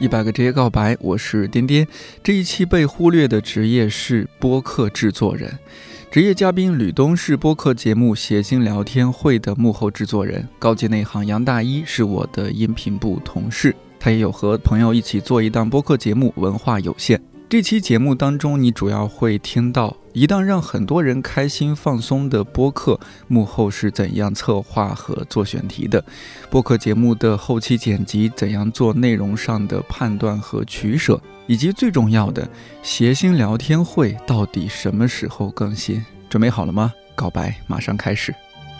100个职业告白，我是颠颠。这一期被忽略的职业是播客制作人。职业嘉宾吕东是播客节目谐星聊天会的幕后制作人，高级内行杨大一是我的音频部同事，他也有和朋友一起做一档播客节目文化有限。这期节目当中，你主要会听到一档让很多人开心放松的播客幕后是怎样策划和做选题的，播客节目的后期剪辑怎样做内容上的判断和取舍，以及最重要的谐星聊天会到底什么时候更新。准备好了吗？告白马上开始。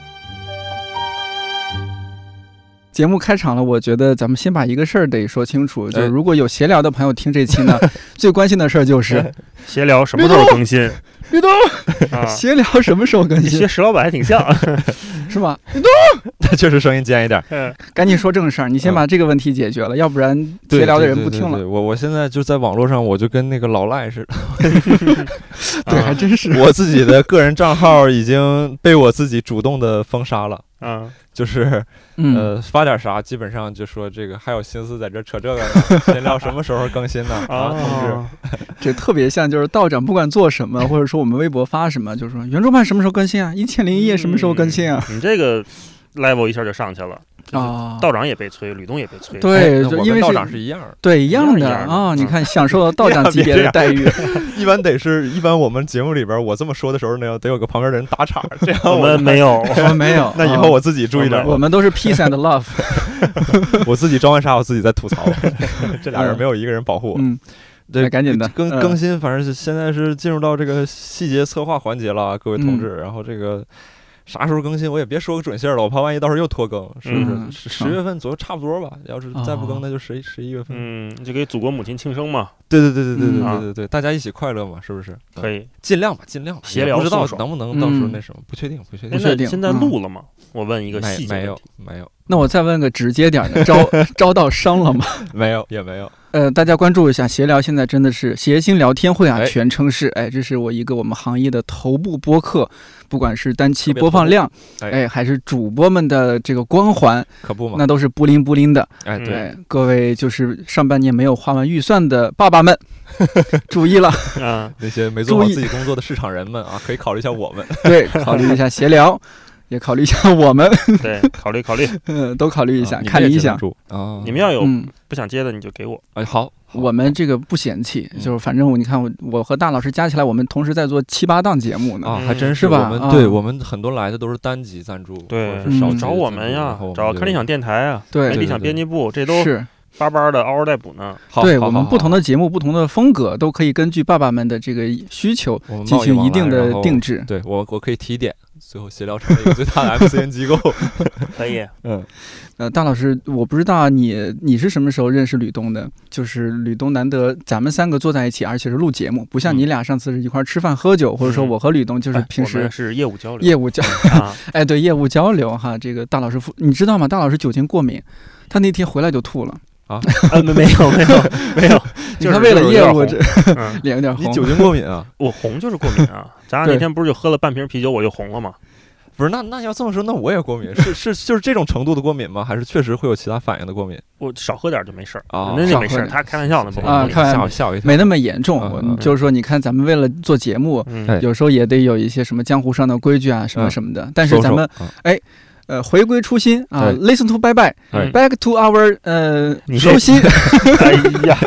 节目开场了，我觉得咱们先把一个事儿得说清楚，就是如果有闲聊的朋友听这期呢，最关心的事儿就是闲聊什么时候更新？ 吕东，闲聊什么时候更新？ 学石老板还挺像， 是吧？吕东， 他确实声音尖一点。 赶紧说正事儿，你先把这个问题解决了，要不然闲聊的人不听了。 对，我现在就在网络上，我就跟那个老赖似的。 对，还真是。 我自己的个人账号已经被我自己主动的封杀了。就是发点啥，基本上就说这个还有心思在这扯这个呢，闲聊什么时候更新呢？同志， 这特别像就是道长不管做什么，或者说我们微博发什么，就是说圆桌派什么时候更新啊？1001夜什么时候更新啊？ 你这个 level 一下就上去了。道长也被催，吕东也被催。 对，因为道长是一样的， 对，一样的啊！你看，享受到道长级别的待遇。 一般我们节目里边，我这么说的时候呢，得有个旁边的人打岔，这样我们没有， 我们没有。 那以后我自己注意点。 我们都是 peace and love。 我自己装完啥，我自己在吐槽。这俩人没有一个人保护我。 对，赶紧的更新，反正现在是进入到这个细节策划环节了，各位同志。然后这个。啥时候更新我也别说个准信了，我怕万一到时候又拖更，是不是？10月份左右差不多吧。要是再不更，那就11月份。 就给祖国母亲庆生嘛。 对，大家一起快乐嘛，是不是？ 可以， 尽量吧。 闲聊不知道能不能到时候那什么，不确定。 现在录了吗？我问一个细节。 没有。 那我再问个直接点的，招到伤了吗？ 没有，也没有。 大家关注一下，闲聊现在真的是谐星聊天会啊，全称是这是我们行业的头部播客，不管是单期播放量，还是主播们的这个光环， 可不嘛， 那都是布灵布灵的。 对， 各位就是上半年没有花完预算的爸爸们，注意了啊！那些没做好自己工作的市场人们啊，可以考虑一下我们， 对，考虑一下闲聊。也考虑一下我们， 对，考虑， 都考虑一下，看理想。 你们要有不想接的，你就给我。 好， 我们这个不嫌弃，就是反正你看我和大老师加起来，我们同时在做7、8档节目呢。 还真是吧？ 我们很多来的都是单集赞助， 对，找我们呀，找看理想电台啊， 对， 理想编辑部，这都是。巴巴的嗷嗷待哺呢。 对，我们不同的节目、不同的风格，都可以根据爸爸们的这个需求进行一定的定制。 对，我可以提点，最后协调成一个最大的 MCN 机构。 可以。 大老师，我不知道你是什么时候认识吕东的？就是吕东难得咱们3个坐在一起，而且是录节目，不像你俩上次是一块吃饭喝酒，或者说我和吕东就是平时是业务交流。 对，业务交流哈。这个大老师你知道吗？大老师酒精过敏，他那天回来就吐了。 没有， 就是为了业务，脸有点红。 你酒精过敏啊？ 我红就是过敏啊。咱俩那天不是就喝了半瓶啤酒，我就红了吗？ 不是，那要这么说，那我也过敏，就是这种程度的过敏吗？还是确实会有其他反应的过敏？ 我少喝点就没事啊，那就没事。他开玩笑呢， 吓我一跳， 没那么严重。就是说，你看咱们为了做节目，有时候也得有一些什么江湖上的规矩啊，什么的。但是咱们回归初心啊 ，listen to bye bye，back to our 初心。 哎呀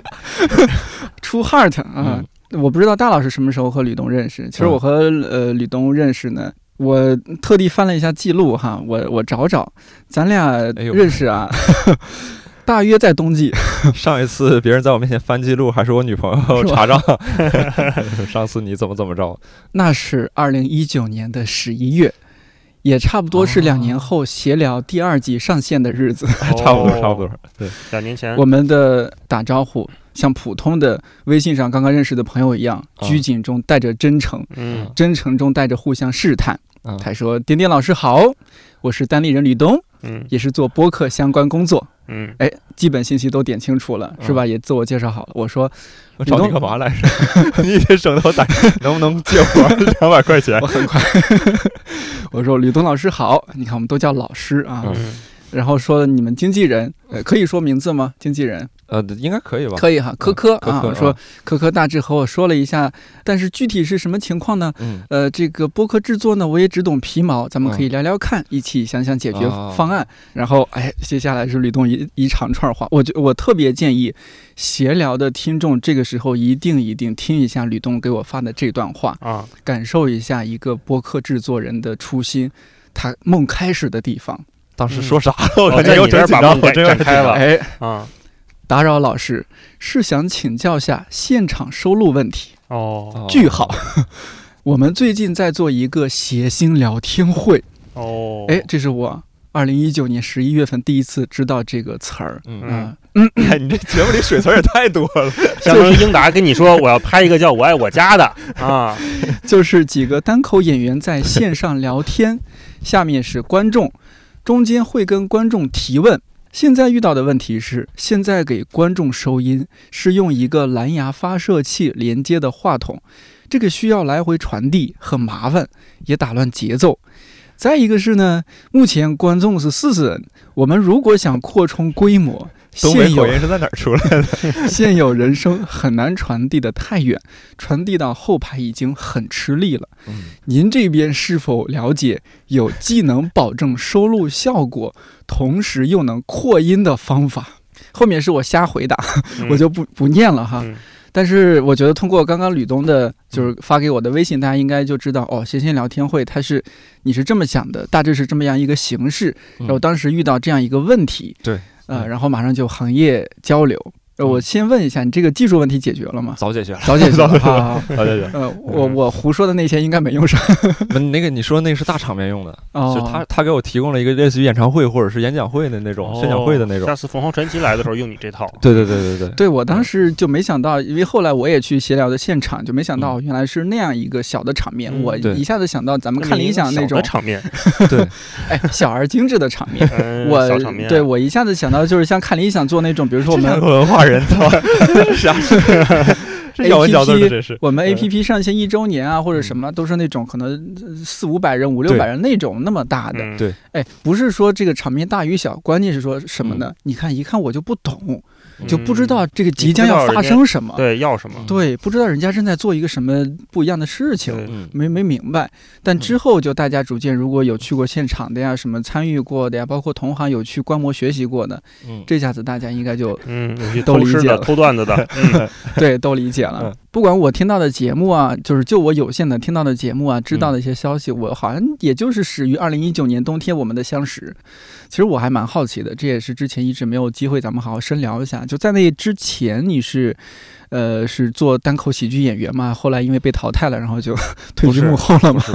，true heart 啊！我不知道大老师什么时候和吕东认识。其实我和吕东认识呢，我特地翻了一下记录哈，我找咱俩认识啊。大约在冬季。 上一次别人在我面前翻记录，还是我女朋友查账。上次你怎么着？ 那是2019年的11月。也差不多是2年后闲聊第2季上线的日子。 差不多。对 ，2年前。 我们的打招呼像普通的微信上刚刚认识的朋友一样，拘谨中带着真诚，真诚中带着互相试探。他说：“点点老师好，我是单立人吕东，也是做播客相关工作。”基本信息都点清楚了，是吧？也自我介绍好了。我说我找你干嘛来着？你得省得我打，能不能借我200块钱？ 我很快。我说吕东老师好，你看我们都叫老师啊。然后说你们经纪人，可以说名字吗？经纪人应该可以吧？ 可以哈，科科啊， 说科科大致和我说了一下，但是具体是什么情况呢？这个播客制作呢，我也只懂皮毛，咱们可以聊聊看，一起想想解决方案。然后，接下来是吕东一长串话，我特别建议闲聊的听众这个时候一定听一下吕东给我发的这段话啊，感受一下一个播客制作人的初心，他梦开始的地方。 当时说啥了？ 我在你这儿把梦展开了。 打扰老师，是想请教下现场收录问题。句号。我们最近在做一个谐星聊天会。这是我2019年11月份第一次知道这个词儿。 你这节目里水词也太多了。 相当于英达跟你说我要拍一个叫《我爱我家》的啊， 就是几个单口演员在线上聊天，下面是观众，中间会跟观众提问。现在遇到的问题是，现在给观众收音是用一个蓝牙发射器连接的话筒，这个需要来回传递，很麻烦，也打乱节奏。再一个是呢，目前观众是40人，我们如果想扩充规模， 东北口音是在哪儿出来的？ 现有人声很难传递得太远，传递到后排已经很吃力了。您这边是否了解有既能保证收录效果，同时又能扩音的方法？后面是我瞎回答，我就不念了哈。但是我觉得通过刚刚吕东的就是发给我的微信，大家应该就知道谐星聊天会你是这么想的，大致是这么样一个形式。然后当时遇到这样一个问题， 对， 然后马上就行业交流。我先问一下，你这个技术问题解决了吗？ 早解决了。 早解决了。好， 早解决。 我胡说的那些应该没用上。 那个你说那个是大场面用的，就他给我提供了一个类似于演唱会或者是演讲会的那种宣讲会的那种。 下次凤凰传奇来的时候用你这套。 对， 我当时就没想到，因为后来我也去闲聊的现场，就没想到原来是那样一个小的场面。我一下子想到咱们看理想那种场面。 对， 小而精致的场面。 小场面。 对，我一下子想到就是像看理想做那种，比如说我们文化人啥这咬文嚼字的，这是我们 APP 上线1周年啊，或者什么都是那种可能400-500人、500-600人那种那么大的。 对， 不是说这个场面大与小，关键是说什么呢？你看一看我就不懂。就不知道这个即将要发生什么， 要什么？ 对，不知道人家正在做一个什么不一样的事情，没明白。但之后就大家逐渐，如果有去过现场的呀，什么参与过的呀，包括同行有去观摩学习过的，这下子大家应该就都理解了。 偷段子的， 对，都理解了。不管我听到的节目啊，就我有限的听到的节目啊，知道的一些消息，我好像也就是始于2019年冬天我们的相识。其实我还蛮好奇的，这也是之前一直没有机会咱们好好深聊一下。就在那之前，你是做单口喜剧演员嘛？后来因为被淘汰了，然后就退居幕后了嘛？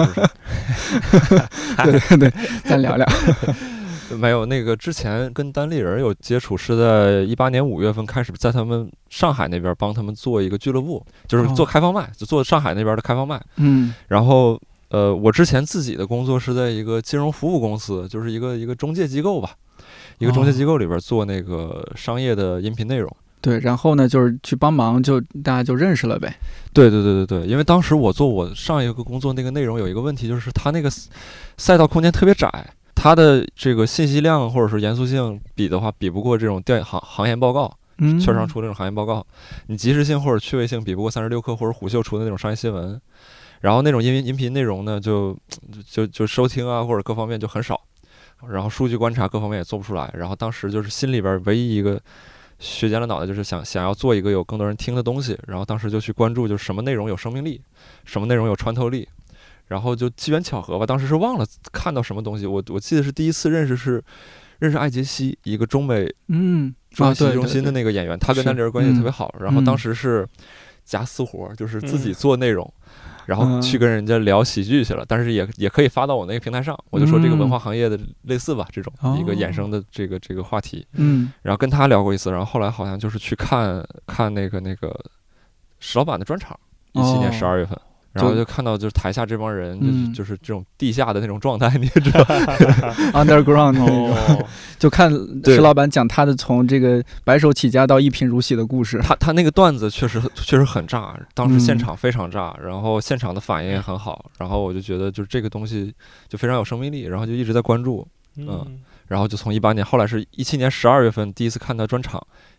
对，咱聊聊。 没有，那个之前跟单立人有接触，是在18年5月份开始，在他们上海那边帮他们做一个俱乐部，就是做开放麦，就做上海那边的开放麦。然后我之前自己的工作是在一个金融服务公司，就是一个中介机构吧，一个中介机构里边做那个商业的音频内容。 对，然后呢，就是去帮忙，就大家就认识了呗。 对，因为当时我做我上一个工作那个内容有一个问题，就是它那个赛道空间特别窄。它的这个信息量或者是严肃性比的话，比不过这种行业报告，券商出这种行业报告。你及时性或者趣味性比不过36氪或者虎嗅出的那种商业新闻。然后那种音频内容呢，就收听啊或者各方面就很少，然后数据观察各方面也做不出来。然后当时就是心里边唯一一个削尖了脑袋，就是想要做一个有更多人听的东西。然后当时就去关注，就是什么内容有生命力，什么内容有穿透力。然后就机缘巧合吧，当时是忘了看到什么东西，我记得是第一次认识艾杰西，一个中美中美戏剧中心的那个演员，他跟单立人关系特别好。然后当时是夹私活，就是自己做内容，然后去跟人家聊喜剧去了，但是也可以发到我那个平台上。我就说这个文化行业的类似吧，这种一个衍生的这个话题。然后跟他聊过一次，然后后来好像就是去看那个石老板的专场，17年12月份。然后就看到就是台下这帮人，就是这种地下的那种状态，你也知道 ，underground 那种，就看石老板讲他的从这个白手起家到一贫如洗的故事。 他那个段子确实很炸，当时现场非常炸，然后现场的反应也很好，然后我就觉得就是这个东西就非常有生命力，然后就一直在关注，然后就从18年，后来是17年12月份第一次看他专场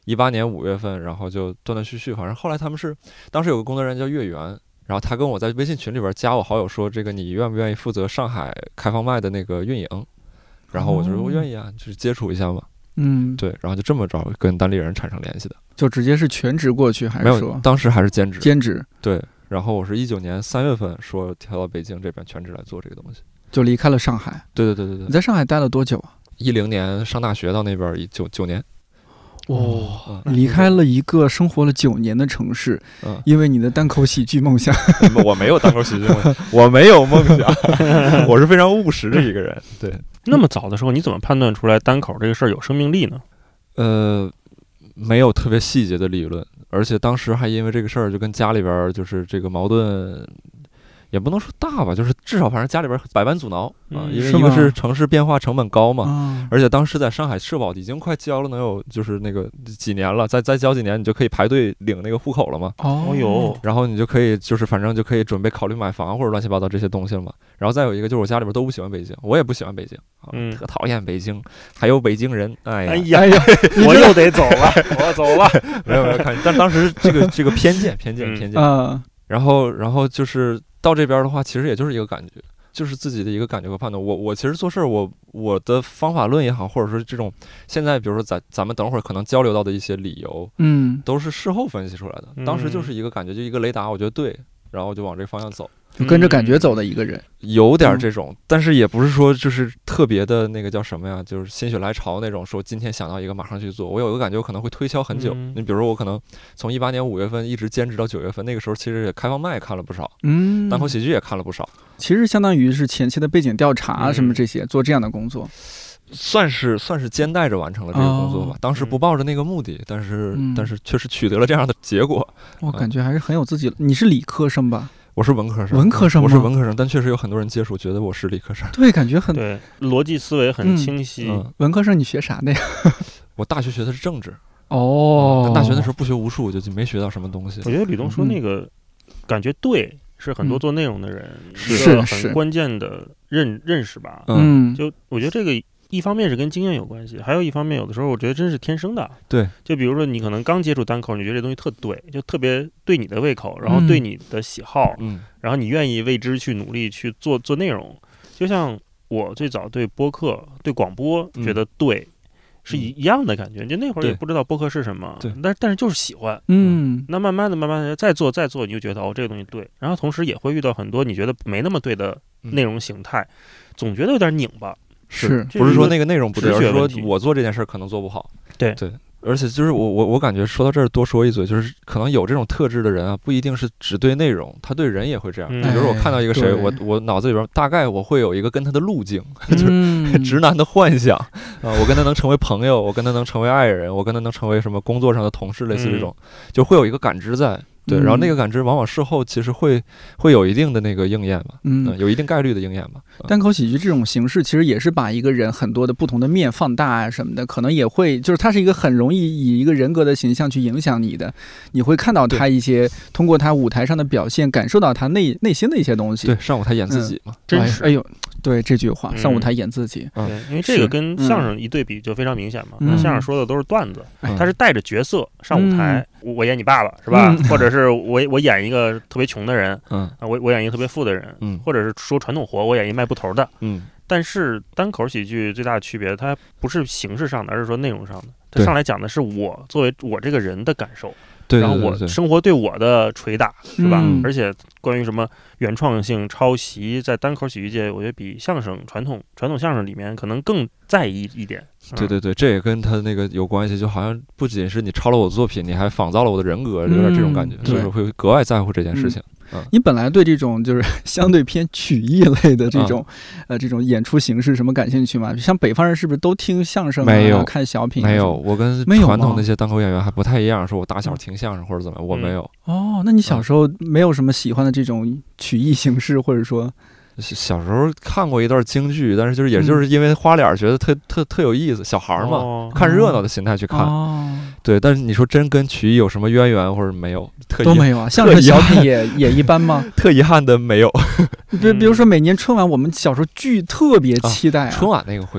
18年5月份，然后就断断续续，反正后来他们是当时有个工作人员叫月圆，然后他跟我在微信群里边加我好友说，这个你愿不愿意负责上海开放麦的那个运营？然后我就说我愿意啊，就是接触一下嘛。对，然后就这么着跟单立人产生联系的。就直接是全职过去还是说？ 没有，当时还是兼职。兼职。 对，然后我是19年3月份说调到北京这边全职来做这个东西， 就离开了上海。 对。 你在上海待了多久啊 ？10年上大学到那边9年。 离开了一个生活了9年的城市，因为你的单口喜剧梦想。 我没有单口喜剧梦想，我没有梦想，我是非常务实的一个人。对， 那么早的时候，你怎么判断出来单口这个事儿有生命力呢？ 没有特别细节的理论，而且当时还因为这个事儿就跟家里边就是这个矛盾。也不能说大吧，就是至少反正家里边百般阻挠因为一个是城市变化成本高嘛，而且当时在上海社保已经快交了能有就是那个几年了，再交几年你就可以排队领那个户口了嘛。然后你就可以就是反正就可以准备考虑买房或者乱七八糟这些东西了嘛。然后再有一个就是我家里边都不喜欢北京，我也不喜欢北京特讨厌北京，还有北京人。哎呀， 我又得走了，我走了。 没有看，但当时这个偏见然后就是到这边的话，其实也就是一个感觉，就是自己的一个感觉和判断。我其实做事儿，我的方法论也好，或者说这种现在比如说咱们等会儿可能交流到的一些理由，都是事后分析出来的。当时就是一个感觉，就一个雷达，我觉得对，然后我就往这个方向走。 就跟着感觉走的一个人， 有点这种，但是也不是说就是特别的那个叫什么呀，就是心血来潮那种，说今天想到一个马上去做。我有一个感觉，我可能会推敲很久。你比如说，我可能从18年5月份一直兼职到9月份，那个时候其实也开放麦看了不少，单口喜剧也看了不少。 其实相当于是前期的背景调查什么这些，做这样的工作。 算是兼带着完成了这个工作吧。当时不抱着那个目的，但是确实取得了这样的结果。 我感觉还是很有自己。你是理科生吧？ 我是文科生。我是文科生，但确实有很多人接触觉得我是理科生。 对，感觉很对，逻辑思维很清晰。 文科生你学啥的呀？ 我大学学的是政治。大学的时候不学无术，就没学到什么东西。 我觉得吕东说那个感觉对，是很多做内容的人一个很关键的认识吧。就我觉得这个。一方面是跟经验有关系，还有一方面有的时候我觉得真是天生的。 对， 就比如说你可能刚接触单口，你觉得这东西特对，就特别对你的胃口，然后对你的喜好，然后你愿意为之去努力去做内容。就像我最早对播客、对广播觉得对，是一样的感觉。就那会儿也不知道播客是什么，但是就是喜欢。那慢慢的再做，你就觉得这个东西对。然后同时也会遇到很多你觉得没那么对的内容形态，总觉得有点拧巴。 不是说那个内容不对，而是说我做这件事可能做不好。 对， 而且就是我感觉说到这儿多说一嘴，就是可能有这种特质的人啊，不一定是只对内容，他对人也会这样。比如说我看到一个谁，我脑子里边大概我会有一个跟他的路径，就是直男的幻想我跟他能成为朋友，我跟他能成为爱人，我跟他能成为什么工作上的同事，类似这种，就会有一个感知在。对，然后那个感知往往事后其实会有一定的那个应验嘛，有一定概率的应验嘛。 单口喜剧这种形式其实也是把一个人很多的不同的面放大啊什么的，可能也会就是它是一个很容易以一个人格的形象去影响你的，你会看到他一些通过他舞台上的表现，感受到他内心的一些东西。 对，上舞台演自己嘛， 真是。 哎呦，对这句话，上舞台演自己。 对，因为这个跟相声一对比就非常明显嘛。那相声说的都是段子，他是带着角色上舞台，我演你爸爸是吧？或者是我演一个特别穷的人，我演一个特别富的人，或者是说传统活，我演一卖布头的，但是单口喜剧最大的区别，它不是形式上的，而是说内容上的。它上来讲的是我作为我这个人的感受，然后我生活对我的捶打，是吧？而且关于什么原创性、抄袭，在单口喜剧界，我觉得比相声传统相声里面可能更在意一点。 对，这也跟他那个有关系，就好像不仅是你抄了我的作品，你还仿造了我的人格，有点这种感觉，所以会格外在乎这件事情。 你本来对这种就是相对偏曲艺类的这种演出形式什么感兴趣吗？像北方人是不是都听相声没有看小品？ 没有，我跟传统那些单口演员还不太一样，说我打小听相声或者怎么样，我没有。 那你小时候没有什么喜欢的这种曲艺形式，或者说？ 小时候看过一段京剧，但是也就是因为花脸觉得特有意思，小孩嘛，看热闹的心态去看。对，但是你说真跟曲艺有什么渊源或者没有？ 都没有啊。相声小品也一般吗？ 特遗憾的没有。 对，比如说每年春晚，我们小时候特别期待春晚那个会看。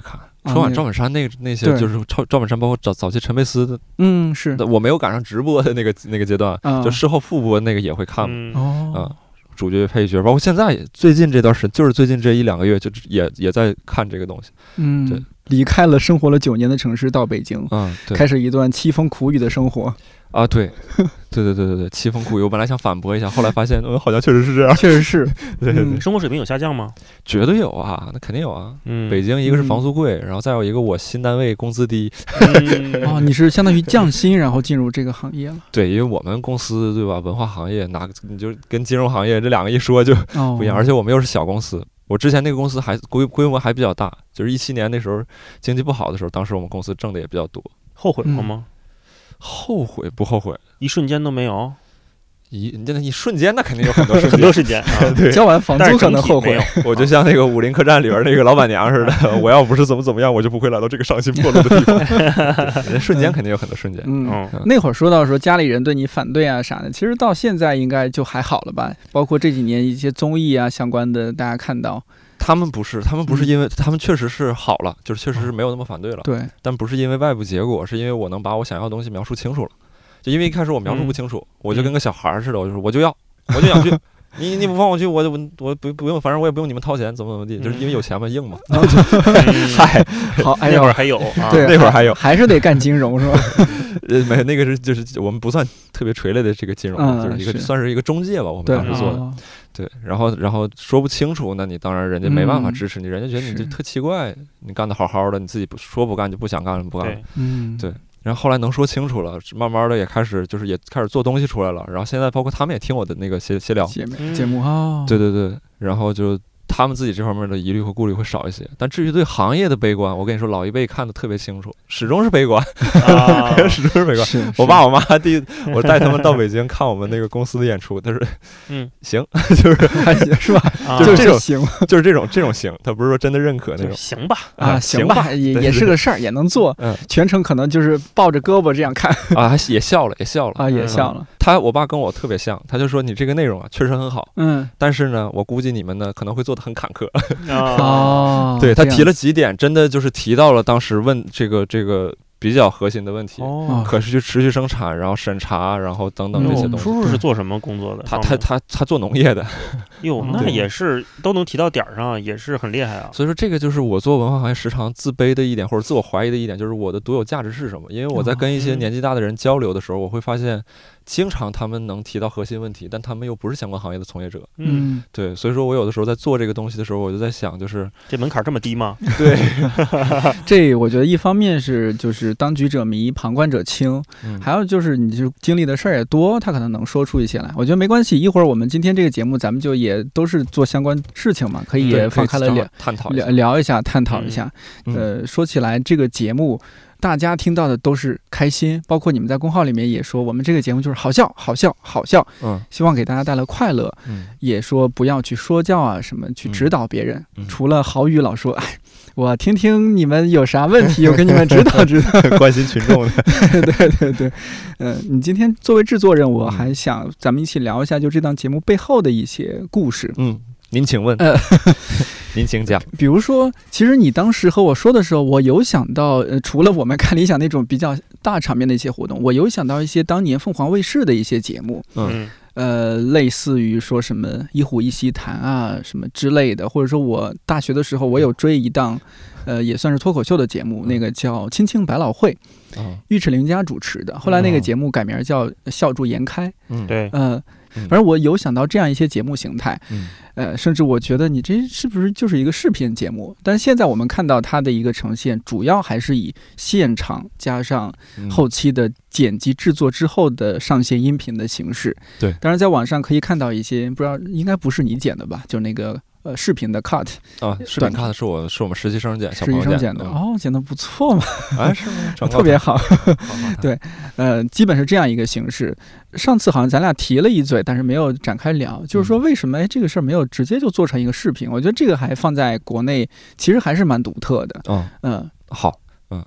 春晚赵本山那些就是赵本山，包括早期陈佩斯的， 是我没有赶上直播的那个阶段，就事后复播那个也会看嘛，主角配角，包括现在最近这段时间，就是最近这1-2个月，就也在看这个东西。对， 离开了生活了9年的城市，到北京，开始一段凄风苦雨的生活。 啊，对，凄风苦雨。我本来想反驳一下，后来发现，好像确实是这样。 确实是。 对， 生活水平有下降吗？ 绝对有啊，那肯定有啊。北京一个是房租贵，然后再有一个我新单位工资低。 你是相当于降薪，然后进入这个行业了？ 对，因为我们公司对吧，文化行业你就跟金融行业这2个一说就不一样，而且我们又是小公司。我之前那个公司还规模还比较大，就是17年那时候经济不好的时候，当时我们公司挣的也比较多。 后悔过吗？ 后悔不后悔？ 一瞬间都没有。 一瞬间那肯定有很多很多瞬间对， 交完房租可能后悔。 我就像那个武林客栈里边那个老板娘似的，我要不是怎么样，我就不会来到这个伤心破落的地方。瞬间肯定有很多瞬间。 那会儿说到家里人对你反对啊啥的，其实到现在应该就还好了吧？包括这几年一些综艺啊相关的，大家看到。 他们不是因为他们确实是好了，就是确实是没有那么反对了。对，但不是因为外部结果，是因为我能把我想要的东西描述清楚了。就因为一开始我描述不清楚，我就跟个小孩似的，我就说我就想去，你不放我去，我不用，反正我也不用你们掏钱，怎么地，就是因为有钱嘛，硬嘛。 嗨，好， 那会儿还有， 对， 那会儿还有， 还是得干金融是吧？ 没，那个是就是我们不算特别垂类的这个金融，就是一个算是一个中介吧，我们当时做的。对，然后说不清楚，那你当然人家没办法支持你，人家觉得你这特奇怪，你干得好好的，你自己说不干就不想干了，不干了。对。然后后来能说清楚了，慢慢的也开始做东西出来了，然后现在包括他们也听我的那个闲聊节目啊， 对，然后就他们自己这方面的疑虑和顾虑会少一些，但至于对行业的悲观，我跟你说，老一辈看得特别清楚，始终是悲观，始终是悲观。我爸我妈我带他们到北京看我们那个公司的演出，他说行，就是吧， 就是这种行， 就是这种行，他不是说真的认可那种， 行吧行吧，也是个事儿，也能做，全程可能就是抱着胳膊这样看啊，也笑了啊， 也笑了。 我爸跟我特别像，他就说你这个内容啊确实很好，但是呢，我估计你们呢可能会做得很坎坷。对，他提了几点，真的就是提到了当时问这个比较核心的问题，可持续生产，然后审查，然后等等这些东西。 叔叔是做什么工作的？ 他做农业的。 哟，那也是都能提到点儿上，也是很厉害啊。 所以说这个就是我做文化行业时常自卑的一点，或者自我怀疑的一点，就是我的独有价值是什么？因为我在跟一些年纪大的人交流的时候，我会发现，经常他们能提到核心问题，但他们又不是相关行业的从业者。对，所以说我有的时候在做这个东西的时候，我就在想，就是这门槛这么低吗？ 对， 这我觉得一方面是就是当局者迷，旁观者清，还有就是你就经历的事儿也多，他可能能说出一些来。我觉得没关系，一会儿我们今天这个节目，咱们就也都是做相关事情嘛，可以也放开了聊一下，探讨一下。说起来这个节目，大家听到的都是开心，包括你们在公号里面也说，我们这个节目就是好笑，希望给大家带来快乐，也说不要去说教啊什么，去指导别人。除了郝宇老说，哎，我听听你们有啥问题，我给你们指导指导， 关心群众的。 对，你今天作为制作人，我还想咱们一起聊一下，就这档节目背后的一些故事。 您请问，您请讲。 比如说，其实你当时和我说的时候，我有想到，除了我们看理想那种比较大场面的一些活动，我有想到一些当年凤凰卫视的一些节目，类似于说什么一虎一席谈啊什么之类的，或者说我大学的时候我有追一档，也算是脱口秀的节目，那个叫《青青百老汇》，尉迟琳佳主持的，后来那个节目改名叫《笑逐颜开》。 对， 反正我有想到这样一些节目形态，甚至我觉得你这是不是就是一个视频节目？但现在我们看到它的一个呈现，主要还是以现场加上后期的剪辑制作之后的上线音频的形式。 对， 当然在网上可以看到一些，不知道应该不是你剪的吧？就那个视频的 cut 啊，视频 cut 是我们实习生剪， 实习生剪的剪得不错嘛， 是吗？ 特别好，对，基本是这样一个形式。上次好像咱俩提了一嘴，但是没有展开聊，就是说为什么这个事儿没有直接就做成一个视频？我觉得这个还放在国内其实还是蛮独特的。 好。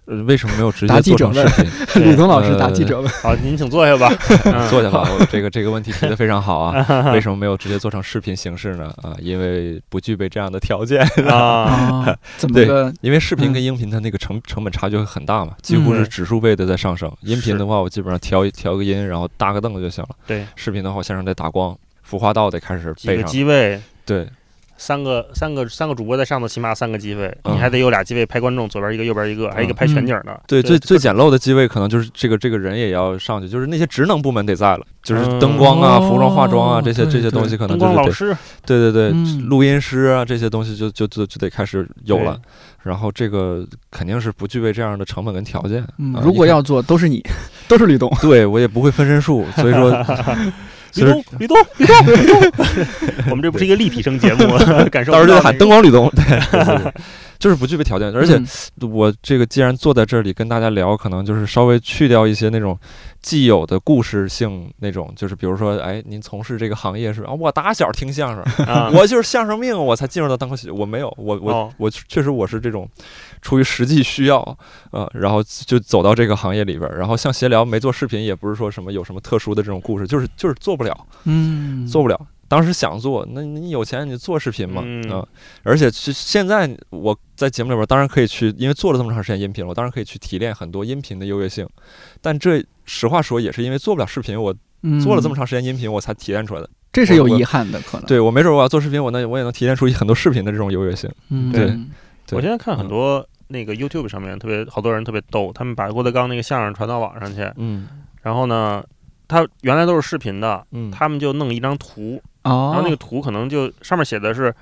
为什么没有直接做成视频？ 吕东老师答记者问。 好，您请坐下吧。 坐下吧。这个问题提得非常好啊。为什么没有直接做成视频形式呢？因为不具备这样的条件啊。怎么对？因为视频跟音频它那个成本差距会很大嘛，几乎是指数倍的在上升。音频的话，我基本上调个音，然后搭个凳子就行了。 对。 视频的话，我现场得打光，服化道得开始备上。 几个机位。 对。 三个主播在上头，起码3个机位，你还得有俩机位拍观众，左边一个，右边一个，还有一个拍全景的。 对，最简陋的机位可能就是这个人也要上去，就是那些职能部门得在了，就是灯光啊、服装化妆啊这些东西可能就是灯光老师， 对，录音师啊这些东西就得开始有了。然后这个肯定是不具备这样的成本跟条件。 如果要做，都是你，都是吕东。 对我也不会分身术，所以说。 吕东，我们这不是一个立体声节目，感受到时候就喊灯光吕东，对，就是不具备条件。而且我这个既然坐在这里跟大家聊，可能就是稍微去掉一些那种既有的故事性，那种就是比如说，哎，您从事这个行业是我打小听相声，我就是相声命，我才进入到单口喜剧。我没有，我确实我是这种出于实际需要然后就走到这个行业里边。然后像闲聊没做视频，也不是说有什么特殊的这种故事，就是做不了，做不了。当时想做，那你有钱你做视频嘛，而且现在我在节目里边当然可以去，因为做了这么长时间音频了，我当然可以去提炼很多音频的优越性。但这实话说也是因为做不了视频，我做了这么长时间音频，我才提炼出来的。 这是有遗憾的，可能。 对，我没准我要做视频，我也能提炼出很多视频的这种优越性。对， 我现在看很多那个 YouTube 上面好多人特别逗，他们把郭德纲那个相声传到网上去，然后呢，他原来都是视频的，他们就弄一张图，然后那个图可能就上面写的是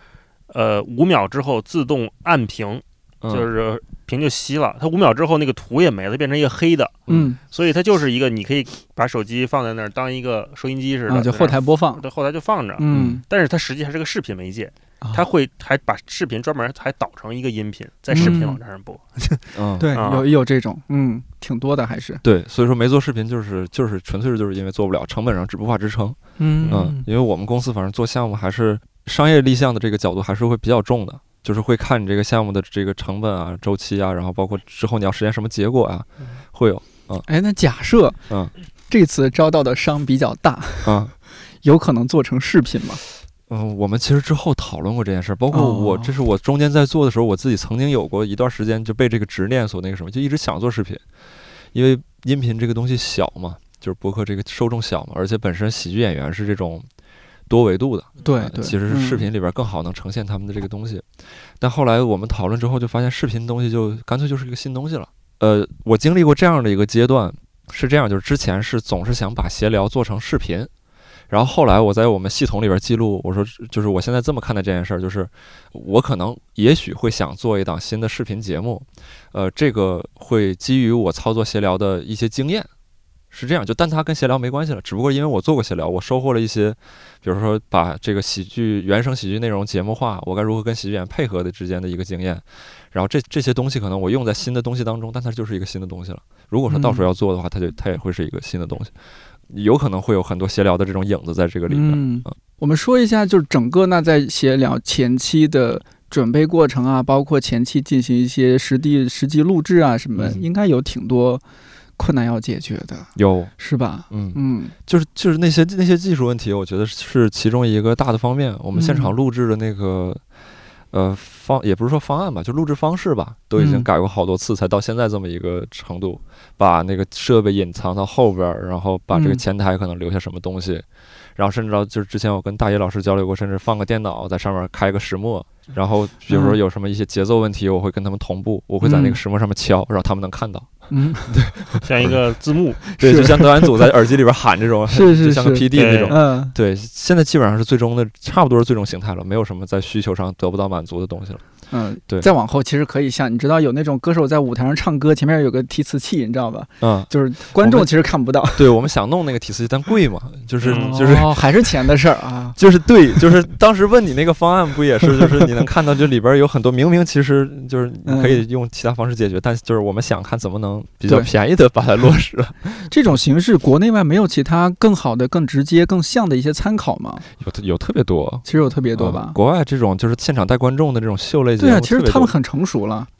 ，5秒之后自动暗屏，就是屏就熄了。它5秒之后那个图也没了，变成一个黑的，所以它就是一个你可以把手机放在那儿当一个收音机似的， 就后台播放， 对，后台就放着，但是它实际还是个视频媒介。他还把视频专门还导成一个音频，在视频网站上播。 对，有这种，挺多的还是。 对，所以说没做视频就是纯粹就是因为做不了，成本上不怕支撑。因为我们公司反正做项目还是商业立项的这个角度还是会比较重的，就是会看你这个项目的这个成本啊、周期啊，然后包括之后你要实现什么结果啊，会有。 那假设这次招到的商比较大，有可能做成视频吗？ 我们其实之后讨论过这件事，包括这是我中间在做的时候，我自己曾经有过一段时间就被这个执念所那个什么，就一直想做视频，因为音频这个东西小嘛，就是播客这个受众小嘛，而且本身喜剧演员是这种多维度的， 对， 其实是视频里边更好能呈现他们的这个东西。但后来我们讨论之后，就发现视频东西就干脆就是一个新东西了。我经历过这样的一个阶段，是这样，就是之前是总是想把闲聊做成视频。然后后来我在我们系统里边记录，我说就是我现在这么看待这件事儿，就是我可能也许会想做一档新的视频节目，这个会基于我操作闲聊的一些经验，是这样，但它跟闲聊没关系了，只不过因为我做过闲聊，我收获了一些，比如说把这个原声喜剧内容节目化，我该如何跟喜剧演员配合的之间的一个经验，然后这些东西可能我用在新的东西当中，但它就是一个新的东西了。如果说到时候要做的话，它也会是一个新的东西。有可能会有很多闲聊的这种影子在这个里面。 我们说一下，就是整个在闲聊前期的准备过程啊，包括前期进行一些实际录制啊什么，应该有挺多困难要解决的， 有是吧？ 就是那些技术问题，我觉得是其中一个大的方面。我们现场录制的那个也不是说方案吧，就录制方式吧，都已经改过好多次，才到现在这么一个程度。把那个设备隐藏到后边，然后把这个前台可能留下什么东西，然后甚至到就是之前我跟大野老师交流过，甚至放个电脑在上面开个石墨，然后比如说有什么一些节奏问题，我会跟他们同步，我会在那个石墨上面敲，然后他们能看到。对， 像一个字幕， 对，就像导演组在耳机里边喊这种， 是就像个 PD 那种。对，现在基本上是最终的，差不多是最终形态了，没有什么在需求上得不到满足的东西了。对。再往后其实可以像你知道有那种歌手在舞台上唱歌，前面有个提词器，你知道吧？就是观众其实看不到。 对，我们想弄那个提词器，但贵嘛，就是还是钱的事儿啊。 就是当时问你那个方案不也是，就是你能看到这里边有很多明明其实就是你可以用其他方式解决，但就是我们想看怎么能比较便宜的把它落实了。 这种形式国内外没有其他更好的、更直接、更像的一些参考吗？ 有特别多， 其实有特别多吧。 国外这种就是现场带观众的这种秀类节目， 对啊，其实他们很成熟了。 对，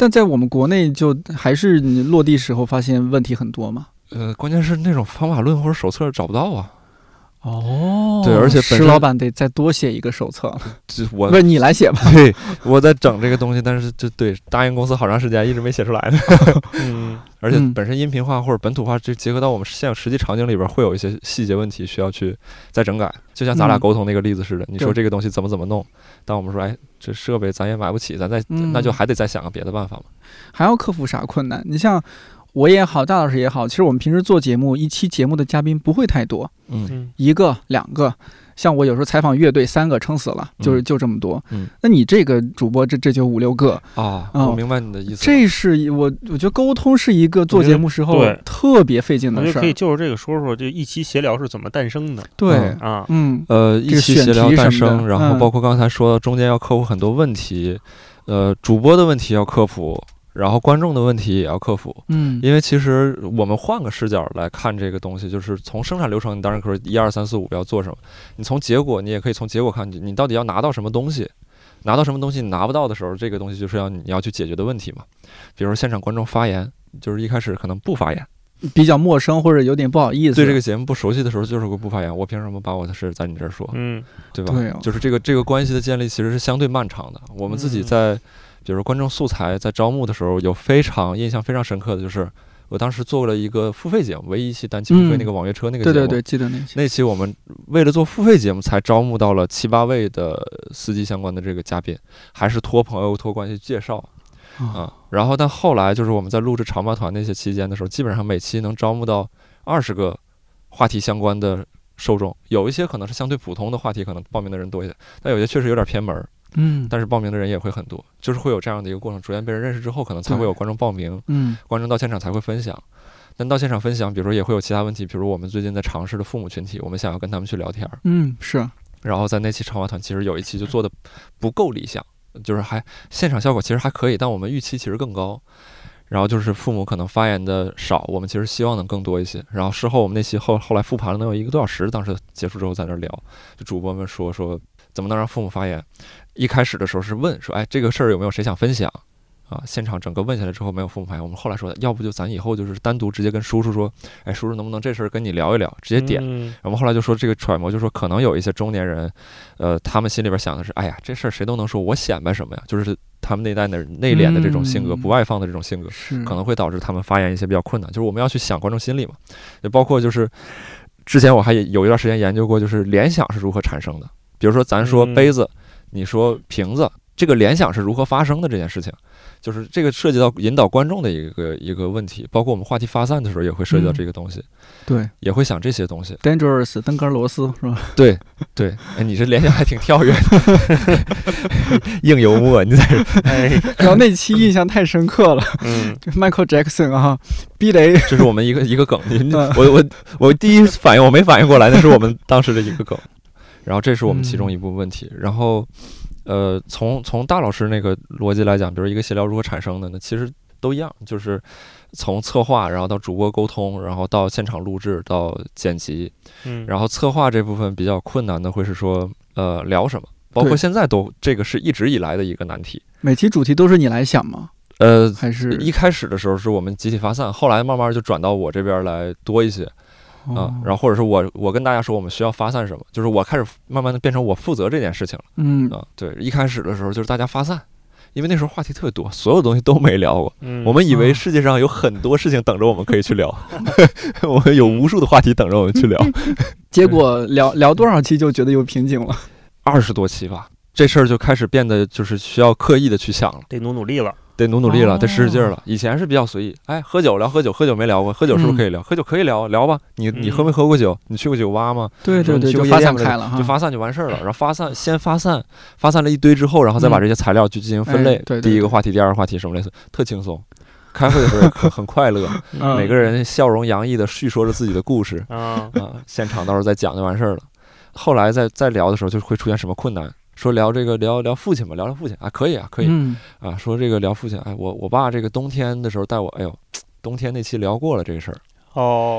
但在我们国内就还是你落地时候发现问题很多嘛。 关键是那种方法论或者手册找不到啊。 哦， 对，而且石老板得再多写一个手册。 不是你来写吧？ 对，我在整这个东西，但是对答应公司好长时间一直没写出来呢。而且本身音频化或者本土化，就结合到我们现有实际场景里边，会有一些细节问题需要去再整改。就像咱俩沟通那个例子似的，你说这个东西怎么弄，但我们说，哎，这设备咱也买不起，咱那就还得再想个别的办法嘛。 还要克服啥困难？你像我也好，大老师也好，其实我们平时做节目，一期节目的嘉宾不会太多，一个两个，像我有时候采访乐队3个撑死了，就这么多。那你这个主播这就5、6个啊，我明白你的意思。 这是我觉得沟通是一个做节目时候特别费劲的事儿。 可以就是这个说这一期闲聊是怎么诞生的？ 对一期闲聊诞生，然后包括刚才说中间要克服很多问题，主播的问题要克服。然后观众的问题也要克服，因为其实我们换个视角来看这个东西，就是从生产流程，你当然可以1、2、3、4、5要做什么，你从结果，你也可以从结果看，你到底要拿到什么东西，拿到什么东西你拿不到的时候，这个东西就是你要去解决的问题嘛。比如说现场观众发言，就是一开始可能不发言， 比较陌生或者有点不好意思， 对这个节目不熟悉的时候，就是会不发言。我凭什么把我的事在你这儿说？对吧？ 对， 就是这个关系的建立其实是相对漫长的。我们自己在。比如观众素材在招募的时候，有印象非常深刻的就是，我当时做了一个付费节目，唯一一期单期付费那个网约车那个节目， 对，记得那期我们为了做付费节目，才招募到了7、8位的司机相关的这个嘉宾，还是托朋友托关系介绍然后但后来就是我们在录制长马团那些期间的时候，基本上每期能招募到20个话题相关的受众，有一些可能是相对普通的话题，可能报名的人多一点，但有些确实有点偏门。但是报名的人也会很多，就是会有这样的一个过程，逐渐被人认识之后，可能才会有观众报名，观众到现场才会分享。但到现场分享，比如说也会有其他问题，比如我们最近在尝试的父母群体，我们想要跟他们去聊天， 是。 然后在那期长话团，其实有一期就做的不够理想，就是现场效果其实还可以，但我们预期其实更高。然后就是父母可能发言的少，我们其实希望能更多一些。然后事后我们那期后来复盘了能有1个多小时，当时结束之后在那聊，就主播们说怎么能让父母发言。一开始的时候是问说，哎，这个事儿有没有谁想分享啊？现场整个问下来之后没有父母发言，我们后来说，要不就咱以后就是单独直接跟叔叔说，哎，叔叔能不能这事儿跟你聊一聊，直接点。我们后来就说这个揣摩，就说可能有一些中年人，他们心里边想的是，哎呀，这事儿谁都能说，我显摆什么呀？就是他们那代的内敛的这种性格，不外放的这种性格，可能会导致他们发言一些比较困难。就是我们要去想观众心理嘛，就包括就是之前我还有一段时间研究过，就是联想是如何产生的。比如说咱说杯子，你说瓶子，这个联想是如何发生的这件事情，就是这个涉及到引导观众的一个问题，包括我们话题发散的时候也会涉及到这个东西， 对， 也会想这些东西。 Dangerous 登革罗斯是吧？ 对，哎，你这联想还挺跳跃的，硬幽默，你在这。 然后那期印象太深刻了，Michael Jackson 啊，避雷， 这是我们一个梗，我第一反应我没反应过来，那是我们当时的一个梗。然后这是我们其中一部分问题。然后，从大老师那个逻辑来讲，比如一个闲聊如何产生的呢？其实都一样，就是从策划，然后到主播沟通，然后到现场录制，到剪辑。然后策划这部分比较困难的会是说，聊什么？包括现在这个是一直以来的一个难题。 每期主题都是你来想吗？还是一开始的时候是我们集体发散，后来慢慢就转到我这边来多一些。然后或者是我跟大家说我们需要发散什么，就是我开始慢慢的变成我负责这件事情了。对，一开始的时候就是大家发散，因为那时候话题特别多，所有东西都没聊过。我们以为世界上有很多事情等着我们可以去聊，我们有无数的话题等着我们去聊， 结果聊多少期就觉得有瓶颈了 ，20多期吧，这事儿就开始变得就是需要刻意的去想了， 得努力了。 得努力了，得使使劲了。以前是比较随意，哎，喝酒聊喝酒，喝酒没聊过，喝酒是不是可以聊？喝酒可以聊吧。你喝没喝过酒？你去过酒吧吗？ 对， 就发散开了， 就发散就完事儿了。然后先发散了一堆之后，然后再把这些材料去进行分类。第一个话题，第二个话题什么类似，特轻松。开会的时候很快乐，每个人笑容洋溢的叙说着自己的故事现场到时候再讲就完事儿了。后来再聊的时候，就会出现什么困难？说聊父亲吧，聊父亲啊，可以啊，说这个聊父亲，哎，我爸这个冬天的时候带我，哎呦，冬天那期聊过了这个事儿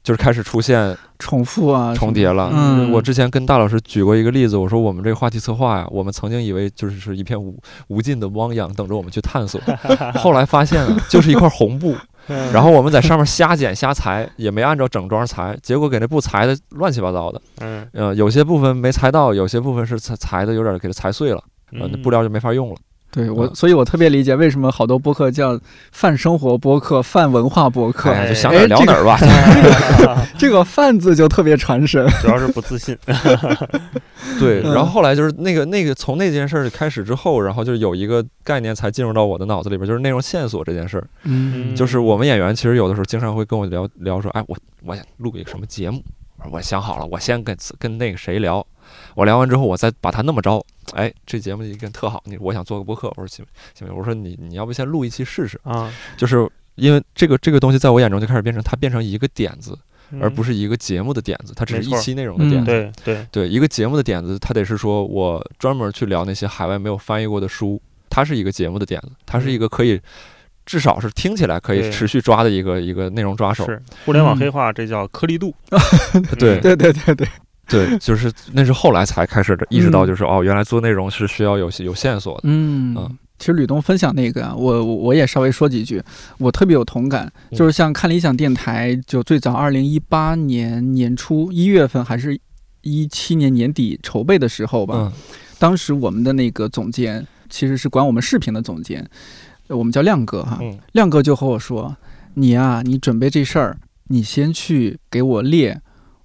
就是开始出现重复啊、 重叠了。我之前跟大老师举过一个例子，我说我们这个话题策划呀，我们曾经以为就是一片无尽的汪洋等着我们去探索，后来发现啊，就是一块红布。然后我们在上面瞎剪瞎裁，也没按照整装裁，结果给那布裁的乱七八糟的。有些部分没裁到，有些部分是裁的有点给它裁碎了，那布料就没法用了。 对所以我特别理解为什么好多播客叫泛生活播客、泛文化播客， 就想哪儿聊哪儿吧。 这个泛字就特别传神， 主要是不自信。 对，然后后来就是那个从那件事开始之后，然后就有一个概念才进入到我的脑子里边，就是内容线索这件事儿。就是我们演员其实有的时候经常会跟我聊说，哎，我想录一个什么节目，我想好了，我先跟那个谁聊。我聊完之后，我再把他那么着，哎，这节目一个特好，我想做个播客，我说行，我说你要不先录一期试试啊？就是因为这个东西在我眼中就开始变成一个点子，而不是一个节目的点子，它只是一期内容的点子。对，一个节目的点子，它得是说我专门去聊那些海外没有翻译过的书，它是一个节目的点子，它是一个可以至少是听起来可以持续抓的一个内容抓手。 是互联网黑话，这叫颗粒度。 对。 对， 就是那是后来才开始意识到，就是原来做内容是需要有线索的。 其实吕东分享那个，我也稍微说几句，我特别有同感。就是像看理想电台，就最早2018年年初1月份还是17年年底筹备的时候吧，当时我们的那个总监其实是管我们视频的总监，我们叫亮哥哈。亮哥就和我说：“你准备这事儿，你先去给我列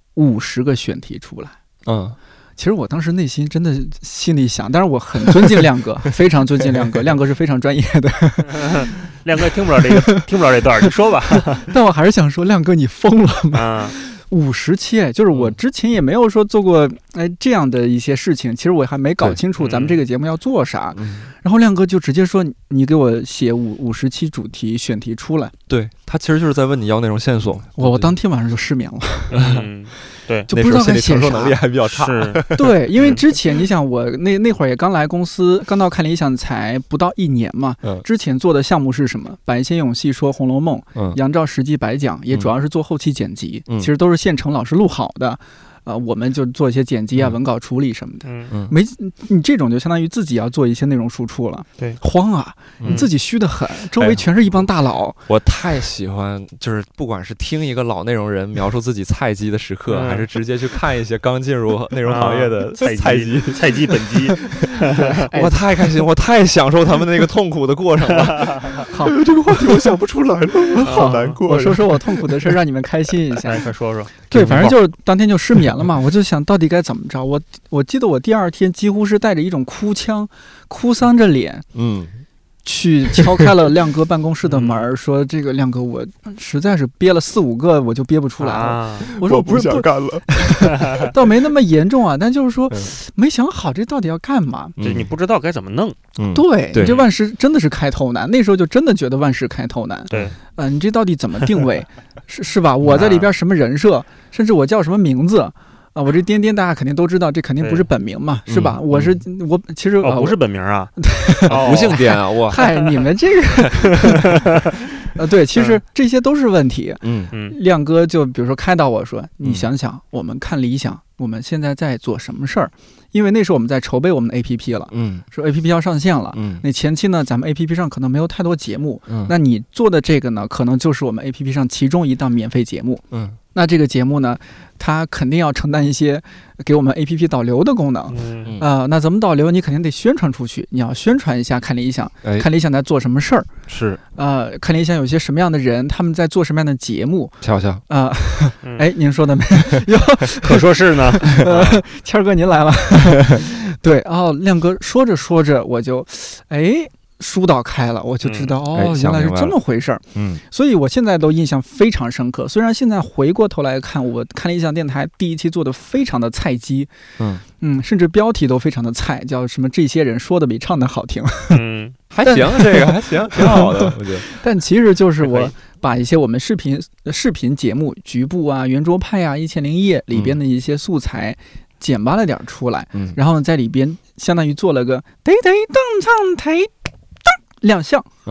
50个选题出来。”其实我当时内心真的心里想，但是我很尊敬亮哥，非常尊敬亮哥，亮哥是非常专业的。 亮哥听不着这段，你说吧。 但我还是想说，亮哥你疯了吗？50期，就是我之前也没有说做过这样的一些事情，其实我还没搞清楚咱们这个节目要做啥。然后亮哥就直接说，你给我写50期主题选题出来。 对，他其实就是在问你要内容线索。 我当天晚上就失眠了。 对， 就不知道该写啥。 承受能力还比较差。 对，因为之前你想，我那会儿也刚来公司，刚到看理想才不到1年嘛。之前做的项目是什么？白先勇细说《红楼梦》，杨照实际白讲，也主要是做后期剪辑，其实都是现成老师录好的。我们就做一些剪辑啊、文稿处理什么的。你这种就相当于自己要做一些内容输出了。 对， 慌啊！你自己虚得很，周围全是一帮大佬。 我太喜欢，就是不管是听一个老内容人描述自己菜鸡的时刻，还是直接去看一些刚进入内容行业的菜鸡本鸡， 我太开心，我太享受他们那个痛苦的过程了。 好， 这个话题我想不出来了，好难过。 我说我痛苦的事，让你们开心一下。 快说说。 对，反正就是当天就失眠了嘛，我就想到底该怎么着。我记得我第2天几乎是带着一种哭丧着脸，去敲开了亮哥办公室的门，说：“这个亮哥，我实在是憋了4-5个，我就憋不出来了。”我说：“我不想干了。” 倒没那么严重啊，但就是说，没想好这到底要干嘛， 就你不知道该怎么弄。 对，这万事真的是开头难。那时候就真的觉得万事开头难。 对， 你这到底怎么定位？是吧？我在里边什么人设，甚至我叫什么名字？我这颠颠大家肯定都知道，这肯定不是本名嘛，是吧？我其实不是本名啊， 不姓颠啊，我嗨，你们这个对，其实这些都是问题。亮哥就比如说开导我说，你想想，我们看理想，我们现在在做什么事儿？因为那时候我们在筹备我们的 APP 了，说 APP 要上线了，那前期呢，咱们 APP 上可能没有太多节目，那你做的这个呢，可能就是我们 APP 上其中一档免费节目，那这个节目呢，它肯定要承担一些给我们 APP 导流的功能，那怎么导流？你肯定得宣传出去，你要宣传一下看理想，看理想在做什么事儿， 是看理想有些什么样的人，他们在做什么样的节目， 瞧瞧您说的没有？ 可说是呢， 谦儿哥您来了，对，亮哥说着说着我就疏导开了，我就知道原来是这么回事儿。所以我现在都印象非常深刻。虽然现在回过头来看，我看理想电台第1期做的非常的菜鸡，甚至标题都非常的菜，叫什么这些人说的比唱的好听。 还行，这个还行，挺好的，我觉得。 但其实就是我把一些我们视频节目局部啊、圆桌派啊、1001夜里边的一些素材剪扒了点出来，然后呢在里边相当于做了个嘚嘚当唱台亮相，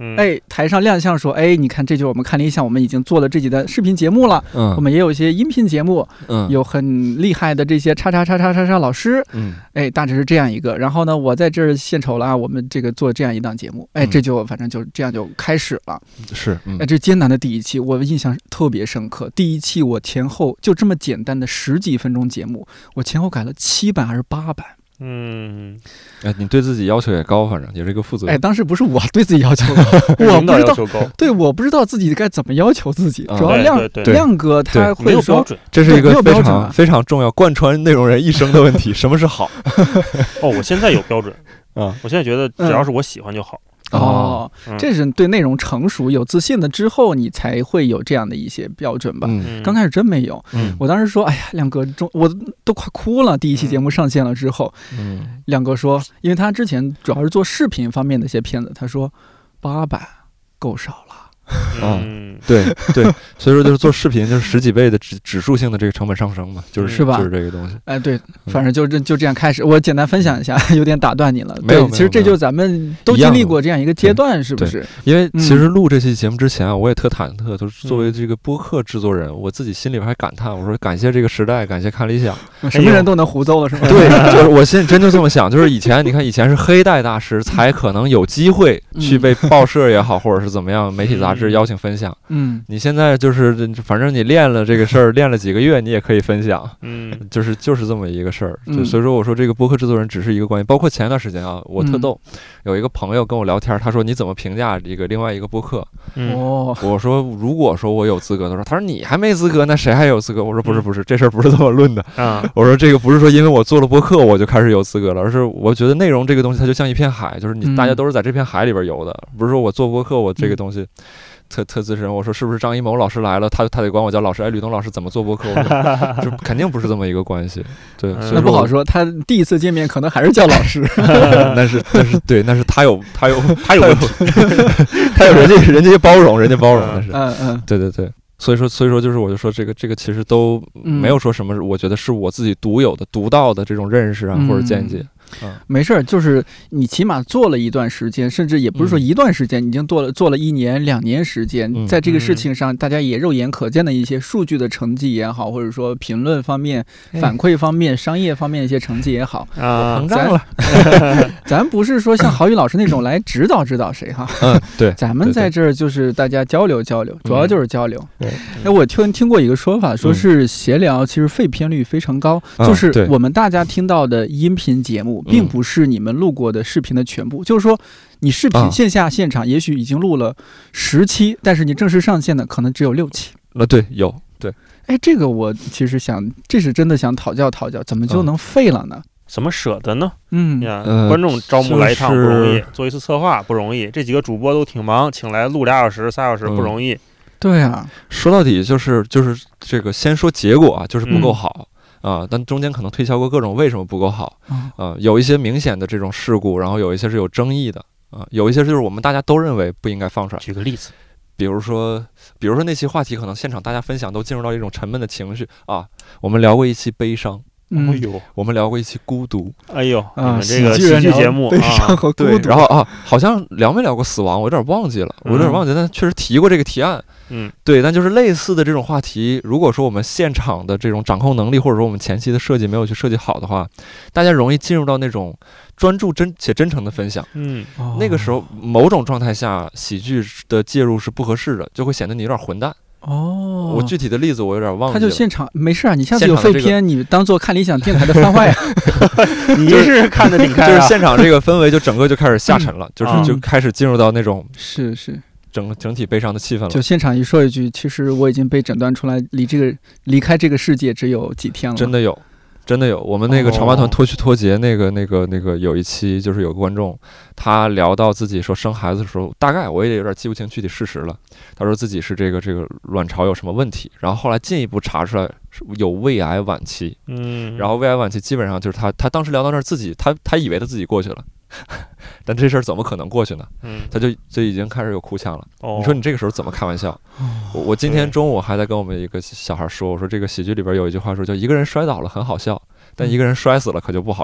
哎，台上亮相说，哎，你看这就是我们看理想，我们已经做了这集的视频节目了，我们也有一些音频节目，有很厉害的这些叉老师，哎，大致是这样一个。然后呢，我在这儿献丑了啊，我们这个做这样一档节目，哎，这就反正就这样就开始了。 是， 哎，这艰难的第一期，我印象特别深刻。第一期我前后就这么简单的10几分钟节目，我前后改了7版还是8版。 哎，你对自己要求也高，反正也是一个负责。 哎，当时不是我对自己要求高，我不知道，对，我不知道自己该怎么要求自己。主要亮哥他会说， 这是一个非常非常重要、贯穿内容人一生的问题。什么是好？ 我现在有标准啊！我现在觉得只要是我喜欢就好。 这是对内容成熟有自信的之后，你才会有这样的一些标准吧。刚开始真没有。我当时说，哎呀，亮哥，我都快哭了。第一期节目上线了之后，亮哥说，因为他之前主要是做视频方面的一些片子，他说8版够少了。 对，所以说就是做视频就是10几倍的指数性的这个成本上升嘛，是吧？就是这个东西。 哎，对，反正就这样开始。我简单分享一下，有点打断你了。对，其实这就咱们都经历过这样一个阶段，是不是？ 因为其实录这期节目之前啊，我也特忐忑，就是作为这个播客制作人，我自己心里边还感叹，我说感谢这个时代，感谢看理想， 什么人都能胡诌了，是吗？ 对，就是我心里真就这么想，就是以前你看，以前是黑带大师才可能有机会去被报社也好，或者是怎么样媒体杂志邀请分享。你现在就是反正你练了这个事儿，练了几个月，你也可以分享。就是这么一个事儿。所以说我说这个播客制作人只是一个关系。包括前一段时间啊，我特逗，有一个朋友跟我聊天，他说你怎么评价这个另外一个播客？我说如果说我有资格，他说你还没资格，那谁还有资格？我说不是，这事儿不是这么论的。我说这个不是说因为我做了播客我就开始有资格了，而是我觉得内容这个东西它就像一片海，就是你大家都是在这片海里边游的，不是说我做播客我这个东西。特资深，我说是不是张艺谋老师来了，他得管我叫老师？哎，吕东老师怎么做播客？我说就肯定不是这么一个关系。对， 那不好说。他第一次见面可能还是叫老师。 那是对，那是他有问题，他有人家包容，那是。对。所以说就是我就说这个其实都没有说什么，我觉得是我自己独有的、独到的这种认识啊或者见解。 没事儿，就是你起码做了一段时间，甚至也不是说一段时间，你已经做了1年2年时间，在这个事情上，大家也肉眼可见的一些数据的成绩也好，或者说评论方面、反馈方面、商业方面的一些成绩也好， 膨胀了。 咱不是说像郝宇老师那种来指导谁哈， 对， 咱们在这儿就是大家交流，主要就是交流。哎，我听过一个说法，说是闲聊其实废片率非常高，就是我们大家听到的音频节目。并不是你们录过的视频的全部，就是说你视频线下现场也许已经录了10期，但是你正式上线的可能只有6期。 对，有对。 哎，这个我其实这是真的想讨教，怎么就能废了呢？ 怎么舍得呢？观众招募来一趟不容易，做一次策划不容易，这几个主播都挺忙，请来录2小时、3小时不容易。 对啊， 说到底就是这个，先说结果啊，就是不够好。但中间可能推敲过各种为什么不够好，有一些明显的这种事故，然后有一些是有争议的，有一些就是我们大家都认为不应该放出来。 举个例子， 比如说那期话题，可能现场大家分享都进入到一种沉闷的情绪啊。我们聊过一期悲伤，我们聊过一期孤独， 你们这个喜剧节目悲伤和孤独， 对，然后好像聊没聊过死亡，我有点忘记了，但确实提过这个提案。对，但就是类似的这种话题，如果说我们现场的这种掌控能力，或者说我们前期的设计没有去设计好的话，大家容易进入到那种专注且真诚的分享。那个时候某种状态下，喜剧的介入是不合适的，就会显得你有点混蛋。我具体的例子我有点忘记了。 他就现场没事啊，你下次有废片，你当做看理想电台的番外啊。 你是看得挺开， 就是现场这个氛围就整个就开始下沉了，就开始进入到那种是。 整体悲伤的气氛了。 就现场一说一句，其实我已经被诊断出来离开这个世界只有几天了。 真的有。我们那个长发团脱虚脱节那个有一期，就是有个观众他聊到自己说生孩子的时候，大概我也有点记不清具体事实了。他说自己是这个卵巢有什么问题，然后后来进一步查出来有胃癌晚期。然后胃癌晚期基本上就是他当时聊到那儿自己他以为他自己过去了。但这事儿怎么可能过去呢？他就已经开始有哭腔了。你说你这个时候怎么开玩笑？我今天中午还在跟我们一个小孩说，我说这个喜剧里边有一句话说，叫一个人摔倒了很好笑，但一个人摔死了可就不好笑了。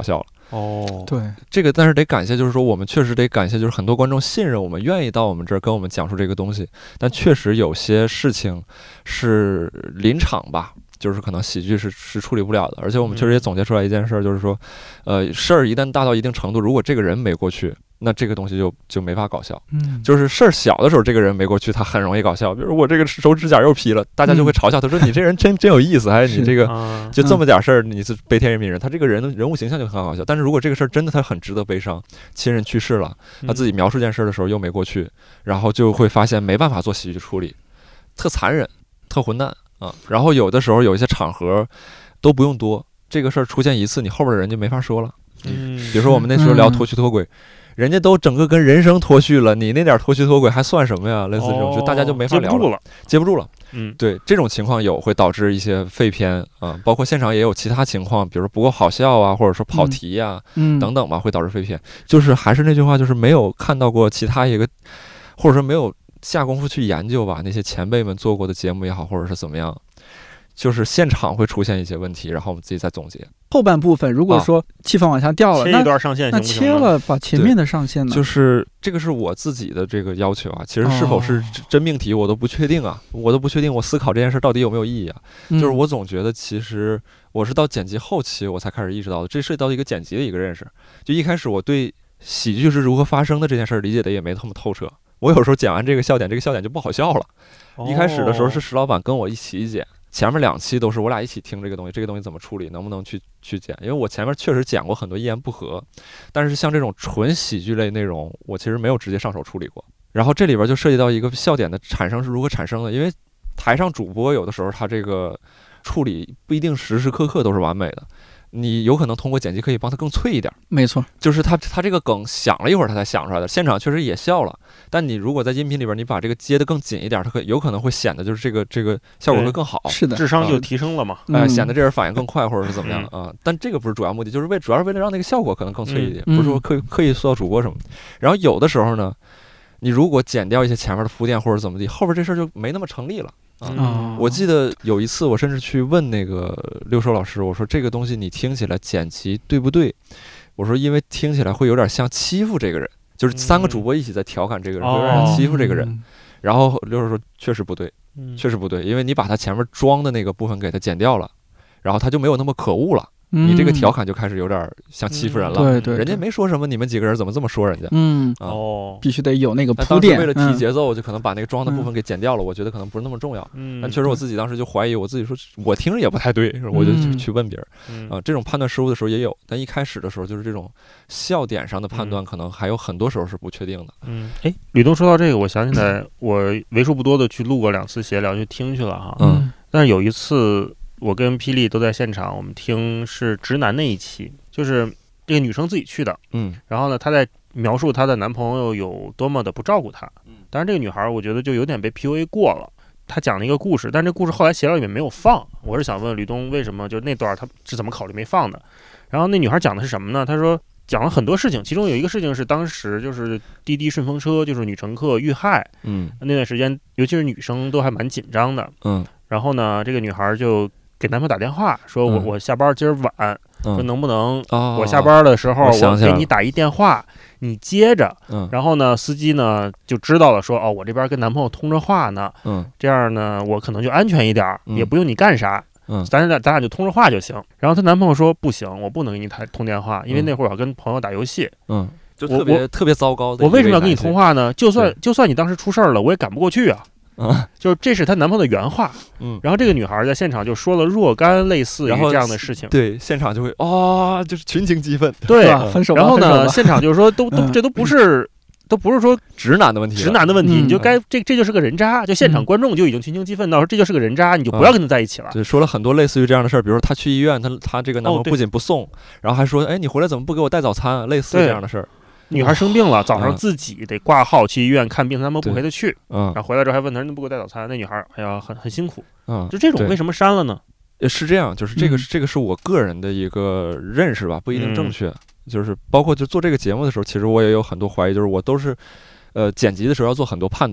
对， 这个但是得感谢，就是说我们确实得感谢，就是很多观众信任我们，愿意到我们这儿跟我们讲述这个东西。但确实有些事情是临场吧，就是可能喜剧是处理不了的。而且我们确实也总结出来一件事，就是说，事儿一旦大到一定程度，如果这个人没过去，那这个东西就没法搞笑。就是事儿小的时候，这个人没过去，他很容易搞笑。比如我这个手指甲又劈了，大家就会嘲笑他说：“你这人真有意思，还是你这个就这么点事儿，你是悲天悯人。”他这个人物形象就很好笑。但是如果这个事儿真的他很值得悲伤，亲人去世了，他自己描述这件事的时候又没过去，然后就会发现没办法做喜剧处理，特残忍，特混蛋啊。然后有的时候有一些场合都不用多，这个事儿出现一次，你后边的人就没法说了。比如说我们那时候聊脱虚脱轨。人家都整个跟人生脱序了，你那点脱序脱轨还算什么呀？类似这种，就大家就没法聊了，接不住了。对，这种情况会导致一些废片啊，包括现场也有其他情况，比如说不够好笑啊，或者说跑题呀，等等吧，会导致废片。就是还是那句话，就是没有看到过其他一个，或者说没有下功夫去研究吧，那些前辈们做过的节目也好，或者是怎么样。就是现场会出现一些问题，然后我们自己再总结。 后半部分如果说气氛往下掉了， 切一段上线那切了把前面的上线呢？ 就是这个是我自己的这个要求啊。其实是否是真命题我都不确定啊，我思考这件事到底有没有意义啊。就是我总觉得其实我是到剪辑后期我才开始意识到的，这涉及到一个剪辑的一个认识。就一开始我对喜剧是如何发生的这件事理解的也没那么透彻。我有时候剪完这个笑点就不好笑了。一开始的时候是石老板跟我一起剪。前面2期都是我俩一起听这个东西怎么处理，能不能去剪？因为我前面确实讲过很多一言不合，但是像这种纯喜剧类内容，我其实没有直接上手处理过。然后这里边就涉及到一个笑点的产生是如何产生的，因为台上主播有的时候他这个处理不一定时时刻刻都是完美的。你有可能通过剪辑可以帮他更脆一点， 没错， 就是他这个梗想了一会儿他才想出来的，现场确实也笑了，但你如果在音频里边你把这个接得更紧一点，它有可能会显得就是这个效果会更好， 是的， 智商就提升了嘛， 显得这人反应更快或者是怎么样啊？但这个不是主要目的，就是主要是为了让那个效果可能更脆一点，不是说刻意塑造主播什么。然后有的时候呢，你如果剪掉一些前面的铺垫或者怎么地，后边这事儿就没那么成立了。我记得有一次我甚至去问那个六兽老师，我说这个东西你听起来剪辑对不对？我说因为听起来会有点像欺负这个人，就是3个主播一起在调侃这个人，会有点像欺负这个人。然后六兽说确实不对，确实不对，因为你把他前面装的那个部分给他剪掉了，然后他就没有那么可恶了。你这个调侃就开始有点像欺负人了， 对， 人家没说什么，你们几个人怎么这么说人家？ 必须得有那个铺垫。 为了提节奏，就可能把那个装的部分给剪掉了。我觉得可能不是那么重要。但确实我自己当时就怀疑，我自己说我听着也不太对，我就去问别人。这种判断失误的时候也有，但一开始的时候就是这种笑点上的判断，可能还有很多时候是不确定的。 吕东说到这个，我想起来，我为数不多的去录过2次闲聊，去听去了哈。但是有一次。我跟霹雳都在现场，我们听是直男那一期，就是这个女生自己去的，然后呢，她在描述她的男朋友有多么的不照顾她，当然这个女孩我觉得就有点被 PUA 过了，她讲了一个故事，但这故事后来闲聊里面没有放，我是想问吕东为什么就那段她是怎么考虑没放的，然后那女孩讲的是什么呢？她说讲了很多事情，其中有一个事情是当时就是滴滴顺风车就是女乘客遇害，那段时间尤其是女生都还蛮紧张的，然后呢，这个女孩就给男朋友打电话说我下班今儿晚，说能不能我下班的时候我给你打一电话，你接着，然后呢司机呢就知道了，说我这边跟男朋友通着话呢，这样呢我可能就安全一点，也不用你干啥，咱俩就通着话就行。然后她男朋友说不行，我不能给你通电话，因为那会儿我要跟朋友打游戏， 就特别糟糕的。 我为什么要跟你通话呢？就算你当时出事了，我也赶不过去啊。就是这是她男朋友的原话，然后这个女孩在现场就说了若干类似于这样的事情， 对，现场就会就是群情激愤， 对，然后呢， 现场就是说这都不是说直男的问题， 你就该这就是个人渣，就现场观众就已经群情激愤到说这就是个人渣，你就不要跟他在一起了。 对，说了很多类似于这样的事儿，比如说他去医院，他这个男朋友不仅不送，然后还说你回来怎么不给我带早餐，类似这样的事儿。 女孩生病了，早上自己得挂号去医院看病，他们不陪她去，然后回来之后还问她，你不给我带早餐？那女孩很辛苦，就这种为什么删了呢？ 是这样，就是这个是我个人的一个认识吧，不一定正确。就是包括就做这个节目的时候，其实我也有很多怀疑，就是我都是剪辑的时候要做很多判断，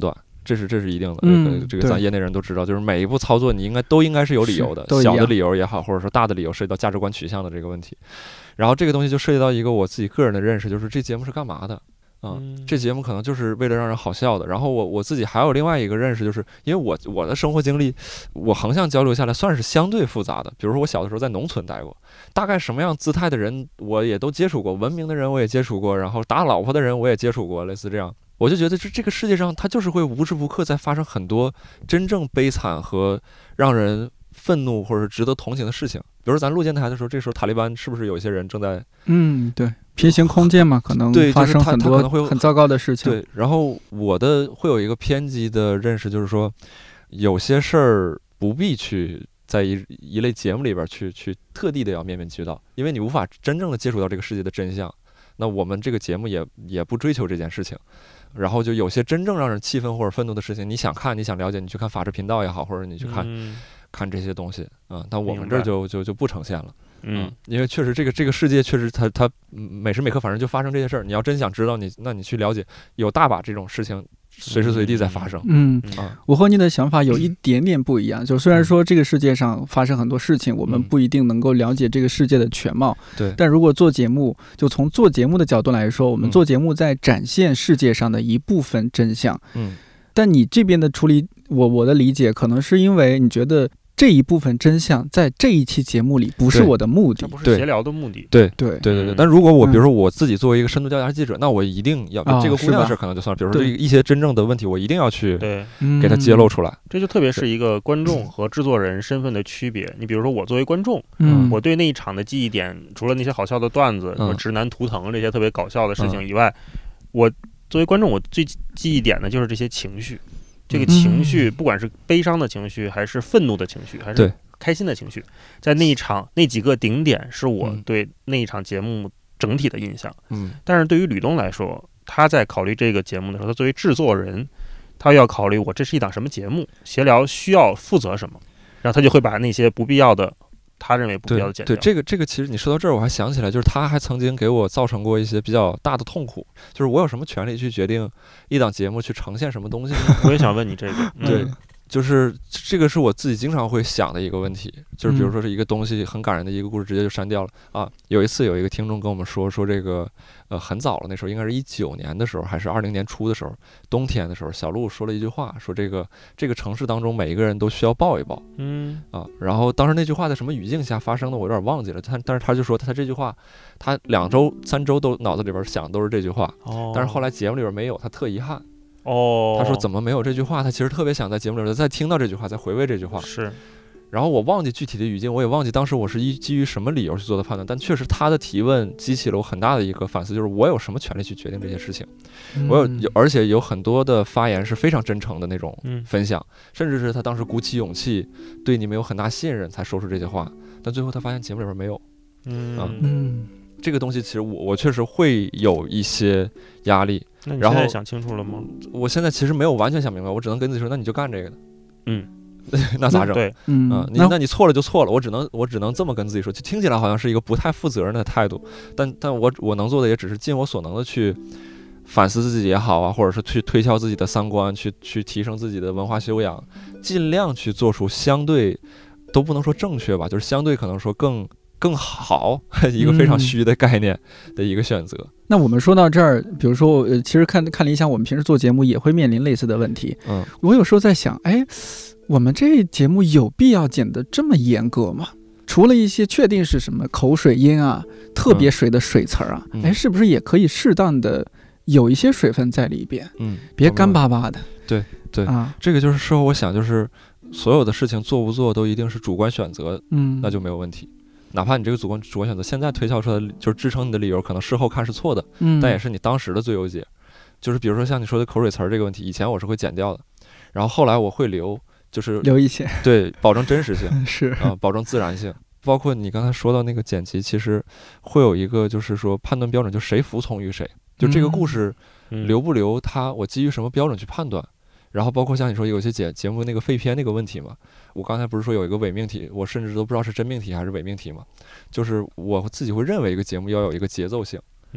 这是一定的。这个咱业内人都知道，就是每一步操作你都应该是有理由的，小的理由也好，或者说大的理由，涉及到价值观取向的这个问题。然后这个东西就涉及到一个我自己个人的认识，就是这节目是干嘛的？这节目可能就是为了让人好笑的。然后我自己还有另外一个认识，就是因为我的生活经历，我横向交流下来算是相对复杂的。比如说我小的时候在农村待过，大概什么样姿态的人我也都接触过，文明的人我也接触过，然后打老婆的人我也接触过，类似这样。我就觉得这个世界上它就是会无时无刻在发生很多真正悲惨和让人愤怒或者值得同情的事情。比如咱录电台的时候，这时候塔利班是不是有一些人正在对，平行空间嘛，可能发生很多很糟糕的事情。 对，然后我会有一个偏激的认识，就是说有些事儿不必去在一类节目里边去特地的要面面俱到，因为你无法真正的接触到这个世界的真相。那我们这个节目也不追求这件事情。然后就有些真正让人气愤或者愤怒的事情，你想看你想了解，你去看法制频道也好，或者你去看这些东西但我们这儿就不呈现了。因为确实这个世界确实它每时每刻反正就发生这些事儿。你要真想知道那你去了解，有大把这种事情随时随地在发生。 我和你的想法有一点点不一样，就虽然说这个世界上发生很多事情，我们不一定能够了解这个世界的全貌， 对。 但如果做节目，就从做节目的角度来说，我们做节目在展现世界上的一部分真相。但你这边的处理，我的理解可能是因为你觉得这一部分真相在这一期节目里不是我的目的， 这不是闲聊的目的。 对。但如果我比如说我自己作为一个深度调查记者，那我一定要这个姑娘的事可能就算了，比如说一些真正的问题，我一定要去给它揭露出来。 这就特别是一个观众和制作人身份的区别。你比如说我作为观众，我对那一场的记忆点，除了那些好笑的段子，什么直男图腾这些特别搞笑的事情以外，我作为观众，我最记忆点的就是这些情绪。这个情绪，不管是悲伤的情绪，还是愤怒的情绪，还是开心的情绪，在那一场那几个顶点，是我对那一场节目整体的印象。但是对于吕东来说，他在考虑这个节目的时候，他作为制作人，他要考虑我这是一档什么节目，闲聊需要负责什么，然后他就会把那些不必要的，他认为不必要的剪掉。 对，这个其实你说到这儿，我还想起来，就是他还曾经给我造成过一些比较大的痛苦，就是我有什么权利去决定一档节目去呈现什么东西呢？ 我也想问你这个。 对，就是这个是我自己经常会想的一个问题，就是比如说是一个东西很感人的一个故事，直接就删掉了啊。有一次有一个听众跟我们说这个很早了，那时候应该是19年的时候，还是20年初的时候，冬天的时候，小鹿说了一句话，说这个城市当中每一个人都需要抱一抱。然后当时那句话在什么语境下发生的，我有点忘记了。但是他就说他这句话，他2周3周都脑子里边想都是这句话。但是后来节目里边没有，他特遗憾。他说怎么没有这句话？他其实特别想在节目里边再听到这句话，再回味这句话。 是。 然后我忘记具体的语境，我也忘记当时我是基于什么理由去做的判断，但确实他的提问激起了我很大的一个反思，就是我有什么权利去决定这些事情？而且有很多的发言是非常真诚的那种分享，甚至是他当时鼓起勇气，对你们有很大信任才说出这些话，但最后他发现节目里边没有。这个东西其实我确实会有一些压力。 那你现在想清楚了吗？ 我现在其实没有完全想明白，我只能跟自己说，那你就干这个的。那咋整？ 对， 那你错了就错了，我只能这么跟自己说，就听起来好像是一个不太负责任的态度，但我能做的也只是尽我所能的去反思自己也好啊，或者是去推敲自己的三观，去提升自己的文化修养，尽量去做出相对都不能说正确吧，就是相对可能说更好一个非常虚的概念的一个选择。 那我们说到这儿，比如说其实看理想，我们平时做节目也会面临类似的问题。我有时候在想，我们这节目有必要剪得这么严格吗？除了一些确定是什么口水音啊、特别水的水词啊，是不是也可以适当的有一些水分在里边？别干巴巴的。 对这个就是事后我想，就是所有的事情做不做都一定是主观选择，那就没有问题。哪怕你这个主观选择现在推敲出来就是支撑你的理由，可能事后看是错的，但也是你当时的最优解。就是比如说像你说的口水词这个问题，以前我是会剪掉的，然后后来我会留一些， 对，保证真实性是保证自然性。包括你刚才说到那个剪辑，其实会有一个就是说判断标准，就谁服从于谁，就这个故事留不留我基于什么标准去判断。然后包括像你说有些节目那个废片那个问题嘛，我刚才不是说有一个伪命题，我甚至都不知道是真命题还是伪命题嘛，就是我自己会认为一个节目要有一个节奏性，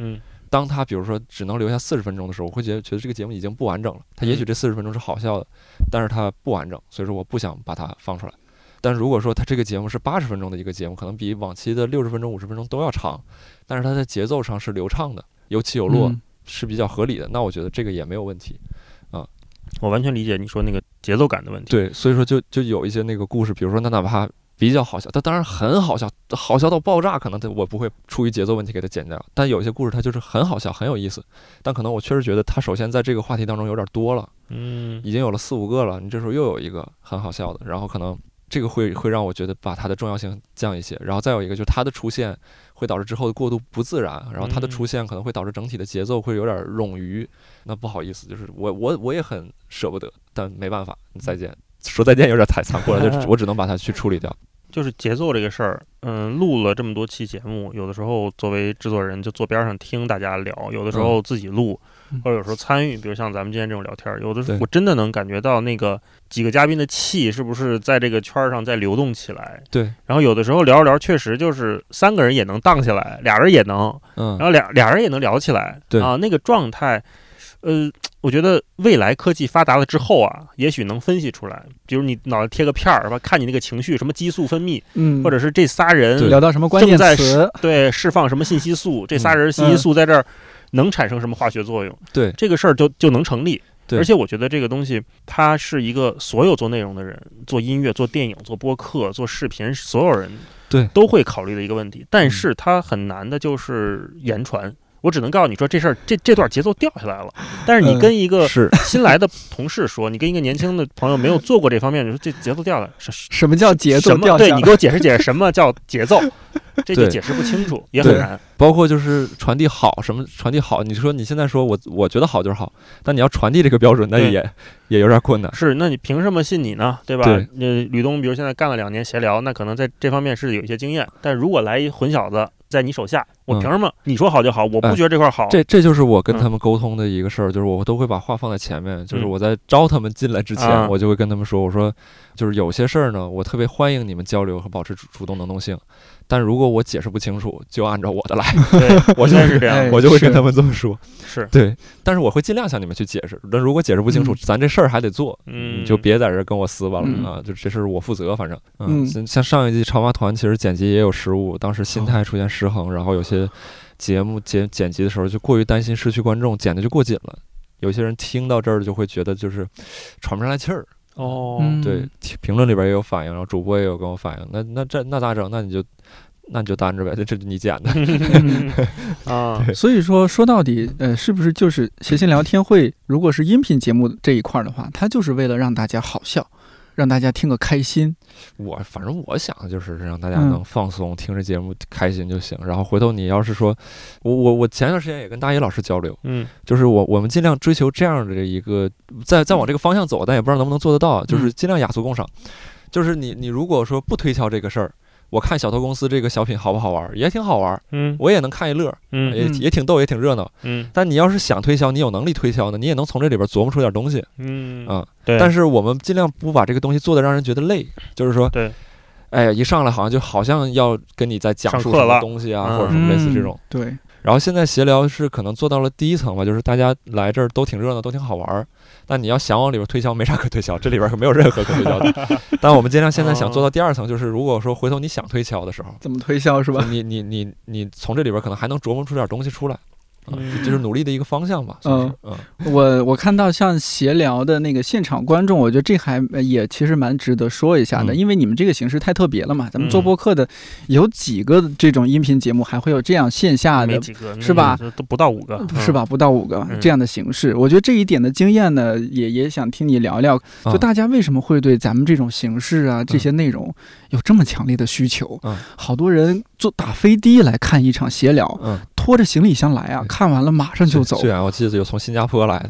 当他比如说只能留下40分钟的时候，我会觉得这个节目已经不完整了。他也许这40分钟是好笑的，但是他不完整，所以说我不想把它放出来。但如果说他这个节目是80分钟的一个节目，可能比往期的60分钟、50分钟都要长，但是它在节奏上是流畅的，有起有落，是比较合理的，那我觉得这个也没有问题啊。 我完全理解你说那个节奏感的问题。 对，所以说就有一些那个故事，比如说那哪怕比较好笑，它当然很好笑，好笑到爆炸，可能我不会出于节奏问题给它剪掉。但有些故事它就是很好笑，很有意思，但可能我确实觉得它首先在这个话题当中有点多了，已经有了4、5个了，你这时候又有一个很好笑的，然后可能这个会让我觉得把它的重要性降一些。然后再有一个就是它的出现会导致之后的过渡不自然，然后它的出现可能会导致整体的节奏会有点冗余，那不好意思，就是我也很舍不得，但没办法，再见。说再见有点太残酷了，就我只能把它去处理掉。 就是节奏这个事儿，录了这么多期节目，有的时候作为制作人就坐边上听大家聊，有的时候自己录，或者有时候参与，比如像咱们今天这种聊天，有的时候我真的能感觉到那个几个嘉宾的气是不是在这个圈上在流动起来。 对， 然后有的时候聊着聊，确实就是3个人也能荡起来，2人也能，然后俩人也能聊起来， 对啊，那个状态。我觉得未来科技发达了之后啊，也许能分析出来，比如你脑袋贴个片儿，是吧？看你那个情绪，什么激素分泌，或者是这仨人聊到什么关键词， 对，释放什么信息素，这仨人信息素在这儿能产生什么化学作用？ 对， 这个事儿就能成立。而且我觉得这个东西，它是一个所有做内容的人，做音乐、做电影、做播客、做视频，所有人都会考虑的一个问题。但是它很难的就是言传。我只能告诉你说这事儿，这段节奏掉下来了。但是你跟一个新来的同事说，你跟一个年轻的朋友没有做过这方面，你说这节奏掉了， 什么叫节奏掉下来？ 对，你给我解释什么叫节奏，这就解释不清楚，也很难。 包括就是传递好，什么传递好？你说你现在说我觉得好就是好，但你要传递这个标准，那也有点困难。 是，那你凭什么信你呢？对吧？吕东，比如现在干了2年协聊，那可能在这方面是有一些经验。但如果来一混小子在你手下，我凭什么你说好就好？我不觉得这块好。 这就是我跟他们沟通的一个事儿，就是我都会把话放在前面，就是我在招他们进来之前，我就会跟他们说，我说就是有些事儿呢，我特别欢迎你们交流和保持主动能动性。但如果我解释不清楚，就按照我的来。 对，我就是这样， 我就会跟他们这么说。 是对， 但是我会尽量向你们去解释。但如果解释不清楚，咱这事儿还得做，你就别在这跟我撕巴了啊！就这事我负责，反正像上一季潮妈团，其实剪辑也有失误，当时心态出现失衡，然后有些节目剪辑的时候就过于担心失去观众，剪的就过紧了。有些人听到这儿就会觉得就是喘不上来气儿。对，评论里边也有反应，然后主播也有跟我反应，那咋整？那你就担着呗，这你剪的啊。 所以说到底，是不是就是谐星聊天会？如果是音频节目这一块的话，它就是为了让大家好笑，让大家听个开心。 反正我想的就是让大家能放松，听着节目开心就行。然后回头你要是说，我前段时间也跟大一老师交流，就是我们尽量追求这样的一个，再往这个方向走，但也不知道能不能做得到，就是尽量雅俗共赏。就是你如果说不推敲这个事儿，我看小偷公司这个小品好不好玩，也挺好玩，我也能看一乐，也挺逗，也挺热闹，但你要是想推销，你有能力推销的，你也能从这里边琢磨出点东西， 对。 但是我们尽量不把这个东西做得让人觉得累，就是说， 对， 哎呀，一上来好像要跟你在讲述什么东西啊，或者什么类似这种， 对。 然后现在闲聊是可能做到了第一层吧，就是大家来这儿都挺热闹，都挺好玩。但你要想往里边推销，没啥可推销，这里边可没有任何可推销的。但我们尽量现在想做到第2层，就是如果说回头你想推销的时候， 怎么推销是吧？ 你从这里边可能还能琢磨出点东西出来。就是努力的一个方向吧。 我看到像闲聊的那个现场观众，我觉得这还也其实蛮值得说一下的，因为你们这个形式太特别了嘛。咱们做播客的有几个这种音频节目还会有这样线下的， 没几个是吧？ 都不到5个， 是吧？不到5个这样的形式，我觉得这一点的经验呢，也想听你聊聊。就大家为什么会对咱们这种形式啊，这些内容有这么强烈的需求？好多人打飞的来看一场闲聊，拖着行李箱来啊，看完了马上就走。 对啊，我记得有从新加坡来的。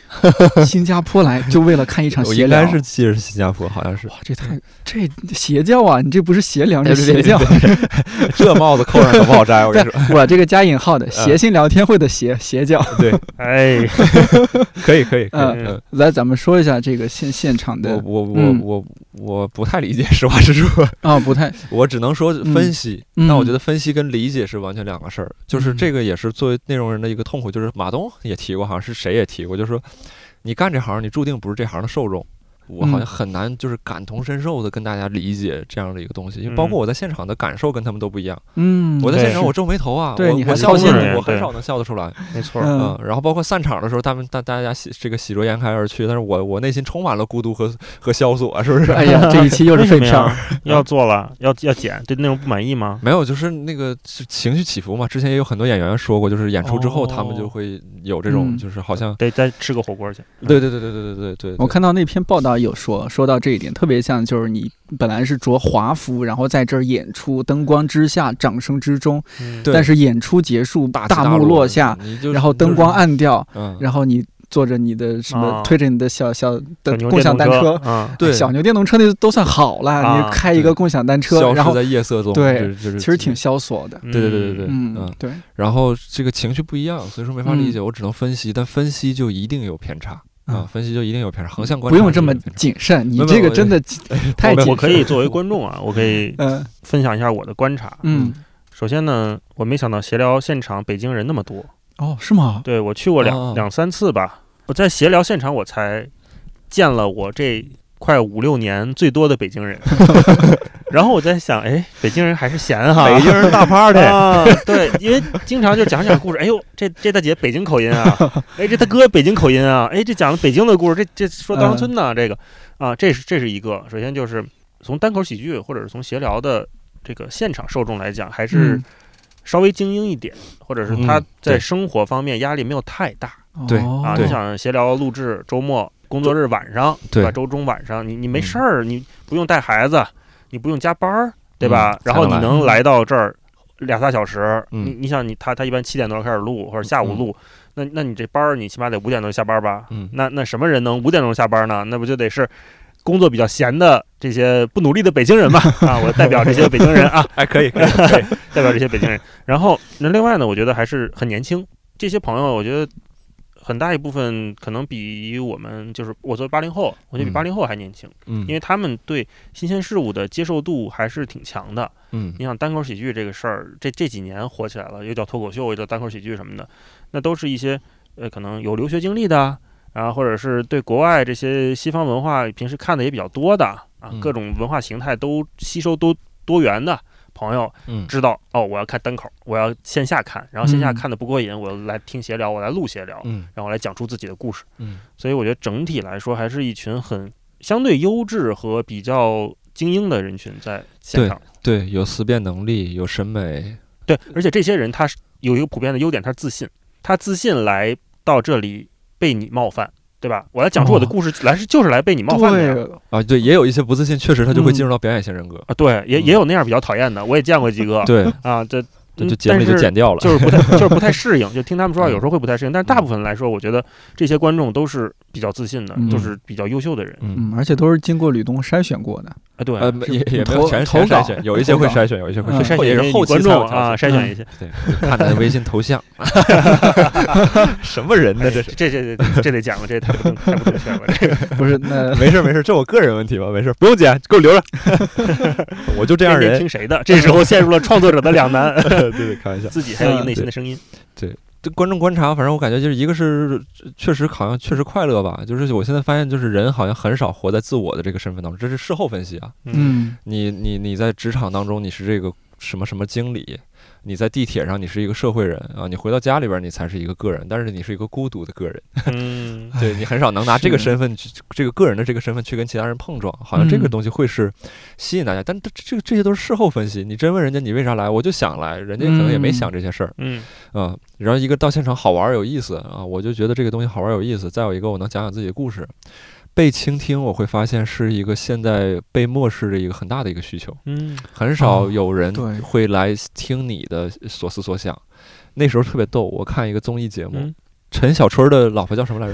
新加坡来就为了看一场邪聊，应该是记得是新加坡，好像是。 哇，这邪教啊！你这不是邪凉，是邪教。 这帽子扣上可不好摘，我跟你说。 我这个加引号的谐星聊天会的邪教。 对， 哎， 可以。 来，咱们说一下这个现场的。 我不太理解，实话实说啊，不太。 我只能说分析，但我觉得分析跟理解是完全两个事儿。就是这个也是作为内容人的一个痛苦，就是马东也提过，好像是谁也提过，就是说你干这行，你注定不是这行的受众。我好像很难就是感同身受的跟大家理解这样的一个东西，因为包括我在现场的感受跟他们都不一样。我在现场我皱眉头啊，我笑心，我很少能笑得出来。 没错， 然后包括散场的时候，大家这个喜着颜开而去，但是我内心充满了孤独和萧索，是不是？ 哎呀，这一期又是废片， 要做了，要剪，对内容不满意吗？ 没有，就是那个情绪起伏嘛。之前也有很多演员说过，就是演出之后他们就会有这种，就是好像得再吃个火锅去。 对。 我看到那篇报道有说到这一点，特别像就是你本来是着华服，然后在这儿演出，灯光之下，掌声之中，但是演出结束，大幕落下，然后灯光暗掉，然后你坐着你的什么，推着你的小的共享单车， 对， 小牛电动车那都算好了，你开一个共享单车，然后在夜色中， 对，其实挺萧索的， 对，然后这个情绪不一样，所以说没法理解，我只能分析，但分析就一定有偏差。分析就一定有偏差，横向观察不用这么谨慎，你这个真的太谨慎。 我可以作为观众啊，我可以分享一下我的观察。首先呢，我没想到协聊现场北京人那么多。 哦，是吗？ 对，我去过两三次吧。我在协聊现场，我才见了我这快5-6年最多的北京人。然后我在想，哎，北京人还是闲哈， 北京人大 party 啊，对，因为经常就讲故事，哎呦，这大姐北京口音啊，哎，这大哥北京口音啊，哎，这讲的北京的故事，这说稻香村呢，这个啊，这是一个。首先就是从单口喜剧或者是从协聊的这个现场受众来讲，还是稍微精英一点，或者是他在生活方面压力没有太大。 对啊，你想协聊录制周末工作日晚上，对吧？周中晚上你没事儿，你不用带孩子。你不用加班，对吧？然后你能来到这儿2-3小时，你想他一般7点多开始录，或者下午录，那你这班你起码得5点多下班吧？那什么人能5点钟下班呢？那不就得是工作比较闲的这些不努力的北京人嘛？啊，我代表这些北京人啊， 哎，可以， 代表这些北京人。然后那另外呢，我觉得还是很年轻，这些朋友我觉得很大一部分可能比我们，就是我作为80后，我觉得比80后还年轻，因为他们对新鲜事物的接受度还是挺强的。你想单口喜剧这个事儿，这几年火起来了，又叫脱口秀，又叫单口喜剧什么的，那都是一些可能有留学经历的啊，或者是对国外这些西方文化平时看的也比较多的啊，各种文化形态都吸收都多元的朋友，知道哦，我要看单口，我要线下看，然后线下看的不过瘾，我来听协聊，我来录协聊，然后来讲出自己的故事。所以我觉得整体来说还是一群很相对优质和比较精英的人群在现场。 对，有思辨能力，有审美。 对，而且这些人他是有一个普遍的优点，他是自信，他自信来到这里被你冒犯。对吧？我来讲出我的故事就是来被你冒犯的啊！对，也有一些不自信，确实他就会进入到表演型人格啊。对，也有那样比较讨厌的，我也见过几个。 对啊，这节目里就剪掉了， 就是不太适应，就听他们说话有时候会不太适应。但是大部分来说，我觉得这些观众都是比较自信的，就是比较优秀的人。 而且都是经过吕东筛选过的啊。对， 也没有全筛选，有一些会筛选，有一些会筛选， 也是后期观众啊筛选一些。 对，看他的微信头像，什么人呢？ 这得讲了，这太不正确了。这个不是，那没事，这我个人问题吧，没事，不用剪，给我留着。我就这样人， 听谁的？这时候陷入了创作者的两难。 对，开玩笑， 自己还有一个内心的声音。 对，这观众观察，反正我感觉就是一个是确实快乐吧，就是我现在发现，就是人好像很少活在自我的这个身份当中，这是事后分析啊。你在职场当中，你是这个什么什么经理。你在地铁上，你是一个社会人啊；你回到家里边，你才是一个个人，但是你是一个孤独的个人。对，你很少能拿这个身份，这个个人的这个身份去跟其他人碰撞，好像这个东西会是吸引大家。但这些都是事后分析。你真问人家你为啥来，我就想来，人家可能也没想这些事儿。然后一个到现场好玩有意思啊，我就觉得这个东西好玩有意思。再有一个，我能讲讲自己的故事。被倾听，我会发现是一个现在被漠视的一个很大的一个需求。很少有人会来听你的所思所想。那时候特别逗，我看一个综艺节目，陈小春的老婆叫什么来着？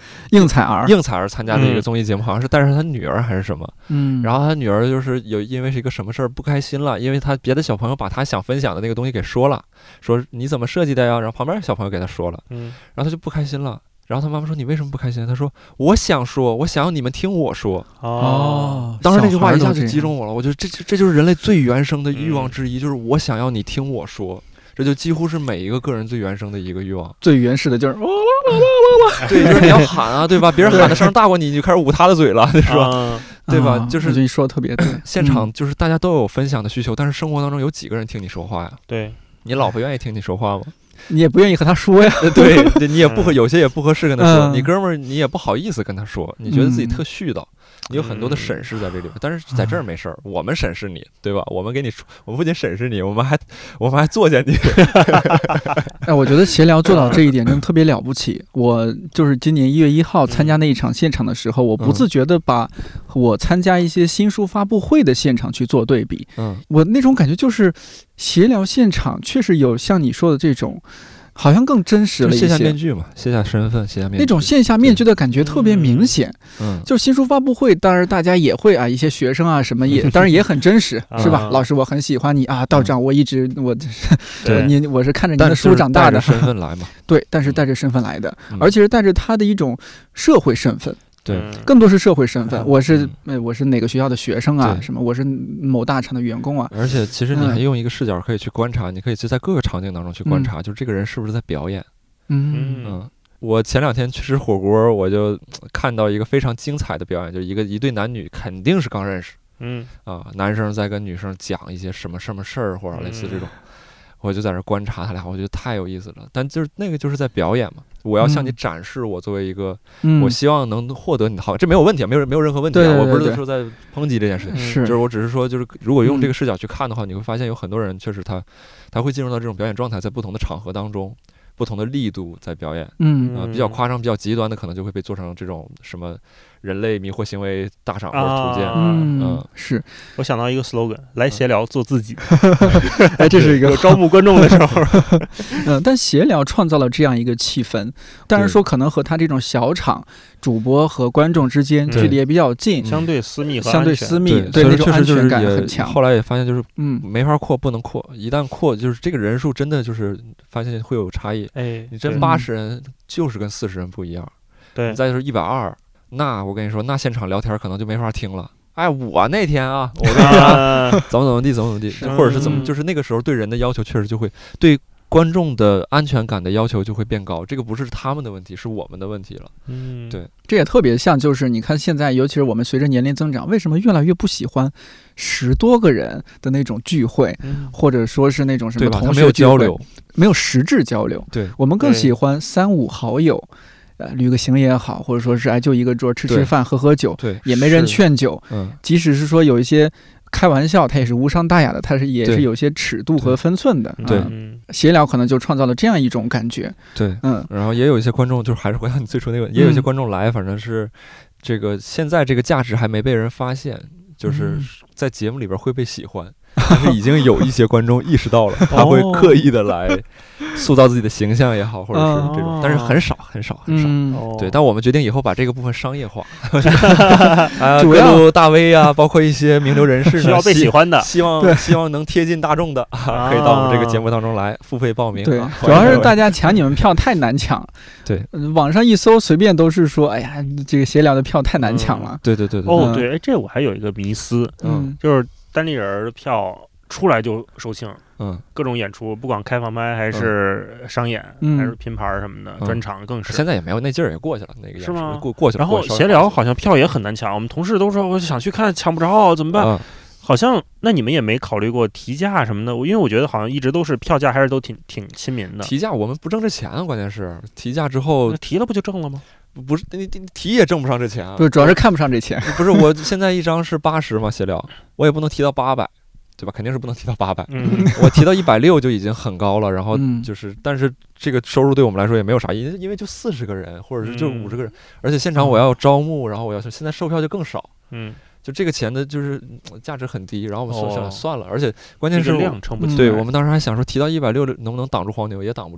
应采儿参加的一个综艺节目，好像是带着他女儿还是什么，然后他女儿就是因为是一个什么事儿不开心了，因为他别的小朋友把他想分享的那个东西给说了，说你怎么设计的呀，然后旁边小朋友给他说了，然后他就不开心了。然后他妈妈说：“你为什么不开心？”他说：“我想说，我想要你们听我说。”当时那句话一下就击中我了。我觉得这就是人类最原生的欲望之一，就是我想要你听我说。这就几乎是每一个个人最原生的一个欲望。 最原始的就是对，就是你要喊啊，对吧？别人喊的声大过你，你就开始捂他的嘴了，是吧？对吧？就是你说的特别对。 现场就是大家都有分享的需求，但是生活当中有几个人听你说话呀？ 对， 你老婆愿意听你说话吗？ 你也不愿意和他说呀， 对，你也不有些也不合适跟他说，你哥们儿你也不好意思跟他说，你觉得自己特絮叨，你有很多的审视在这里边，但是在这儿没事儿，我们审视你，对吧？我们给你，我们不仅审视你，我们还作践你。 哎，我觉得闲聊做到这一点真的特别了不起。我就是今年1月1号参加那一场现场的时候，我不自觉的把我参加一些新书发布会的现场去做对比。我那种感觉就是闲聊现场确实有像你说的这种。好像更真实了一些， 卸下面具嘛，卸下身份，卸下面具， 那种线下面具的感觉特别明显。就新书发布会，当然大家也会啊，一些学生啊什么也，当然也很真实，是吧？老师，我很喜欢你啊，道长，我一直我是看着您的书长大的， 带着身份来嘛， 对，但是带着身份来的，而且是带着他的一种社会身份。 对， 更多是社会身份。我是哪个学校的学生啊？什么？我是某大厂的员工啊。 而且其实你还用一个视角可以去观察，你可以就在各个场景当中去观察，就是这个人是不是在表演。我前2天去吃火锅，我就看到一个非常精彩的表演，就是一对男女肯定是刚认识，男生在跟女生讲一些什么事儿或者类似这种。我就在这观察他俩，我觉得太有意思了。但就是那个就是在表演嘛，我要向你展示我作为一个，我希望能获得你的好，这没有问题，没有任何问题啊。我不是说在抨击这件事情，就是我只是说，就是如果用这个视角去看的话，你会发现有很多人确实他会进入到这种表演状态，在不同的场合当中，不同的力度在表演，比较夸张、比较极端的，可能就会被做成这种什么人类迷惑行为大赏或者图鉴。 是我想到一个 slogan， 来闲聊做自己。 哎，这是一个有招募观众的时候。 但闲聊创造了这样一个气氛，当然说可能和他这种小场主播和观众之间距离也比较近， 相对私密和相对私密，对那种安全感很强。 后来也发现就是没法扩，不能扩，一旦扩就是这个人数真的就是发现会有差异。你真80人就是跟40人不一样。 对， 再就是120。那我跟你说，那现场聊天可能就没法听了。哎，我那天啊，我跟你说，怎么地，或者是怎么，就是那个时候对人的要求确实就会对观众的安全感的要求就会变高。这个不是他们的问题，是我们的问题了。对， 这也特别像，就是你看现在，尤其是我们随着年龄增长，为什么越来越不喜欢10多个人的那种聚会，或者说是那种什么同学聚会， 交流， 没有实质交流。 对， 我们更喜欢3、5好友。旅个行也好，或者说是就一个桌吃饭喝酒， 对， 也没人劝酒。即使是说有一些开玩笑，它也是无伤大雅的，它也是有些尺度和分寸的。 对， 闲聊可能就创造了这样一种感觉。 对，然后也有一些观众，就是还是回到你最初那个，也有一些观众来，反正是这个现在这个价值还没被人发现，就是在节目里边会被喜欢。但是已经有一些观众意识到了，他会刻意的来塑造自己的形象也好，或者是这种，但是很少。对，但我们决定以后把这个部分商业化。各路大 V 啊，包括一些名流人士需要被喜欢的， 希望能贴近大众的，可以到我们这个节目当中来付费报名。 对，主要是大家抢你们票太难抢。 对， 网上一搜，随便都是说，哎呀，这个闲聊的票太难抢了。 对。 对，这我还有一个迷思，就是单立人的票出来就售罄，各种演出，不管开放麦还是商演，还是拼盘什么的，专场更是。 现在也没有那劲儿，也过去了，那个是吗？ 过去了。 然后闲聊好像票也很难抢，我们同事都说我想去看，抢不着，怎么办？好像那你们也没考虑过提价什么的，因为我觉得好像一直都是票价还是都挺亲民的。 提价我们不挣这钱啊，关键是提价之后提了不就挣了吗？ 不是，你提也挣不上这钱啊。 不是，主要是看不上这钱。 不是，我现在一张是80嘛，闲聊，我也不能提到800，对吧？肯定是不能提到800。我提到160就已经很高了。然后就是，但是这个收入对我们来说也没有啥意义，因为就40个人，或者是就50个人，而且现场我要招募，然后我要现在售票就更少。就这个钱的就是价值很低，然后我们算了，而且关键是量撑不起。 对，我们当时还想说提到160能不能挡住黄牛，也挡不住。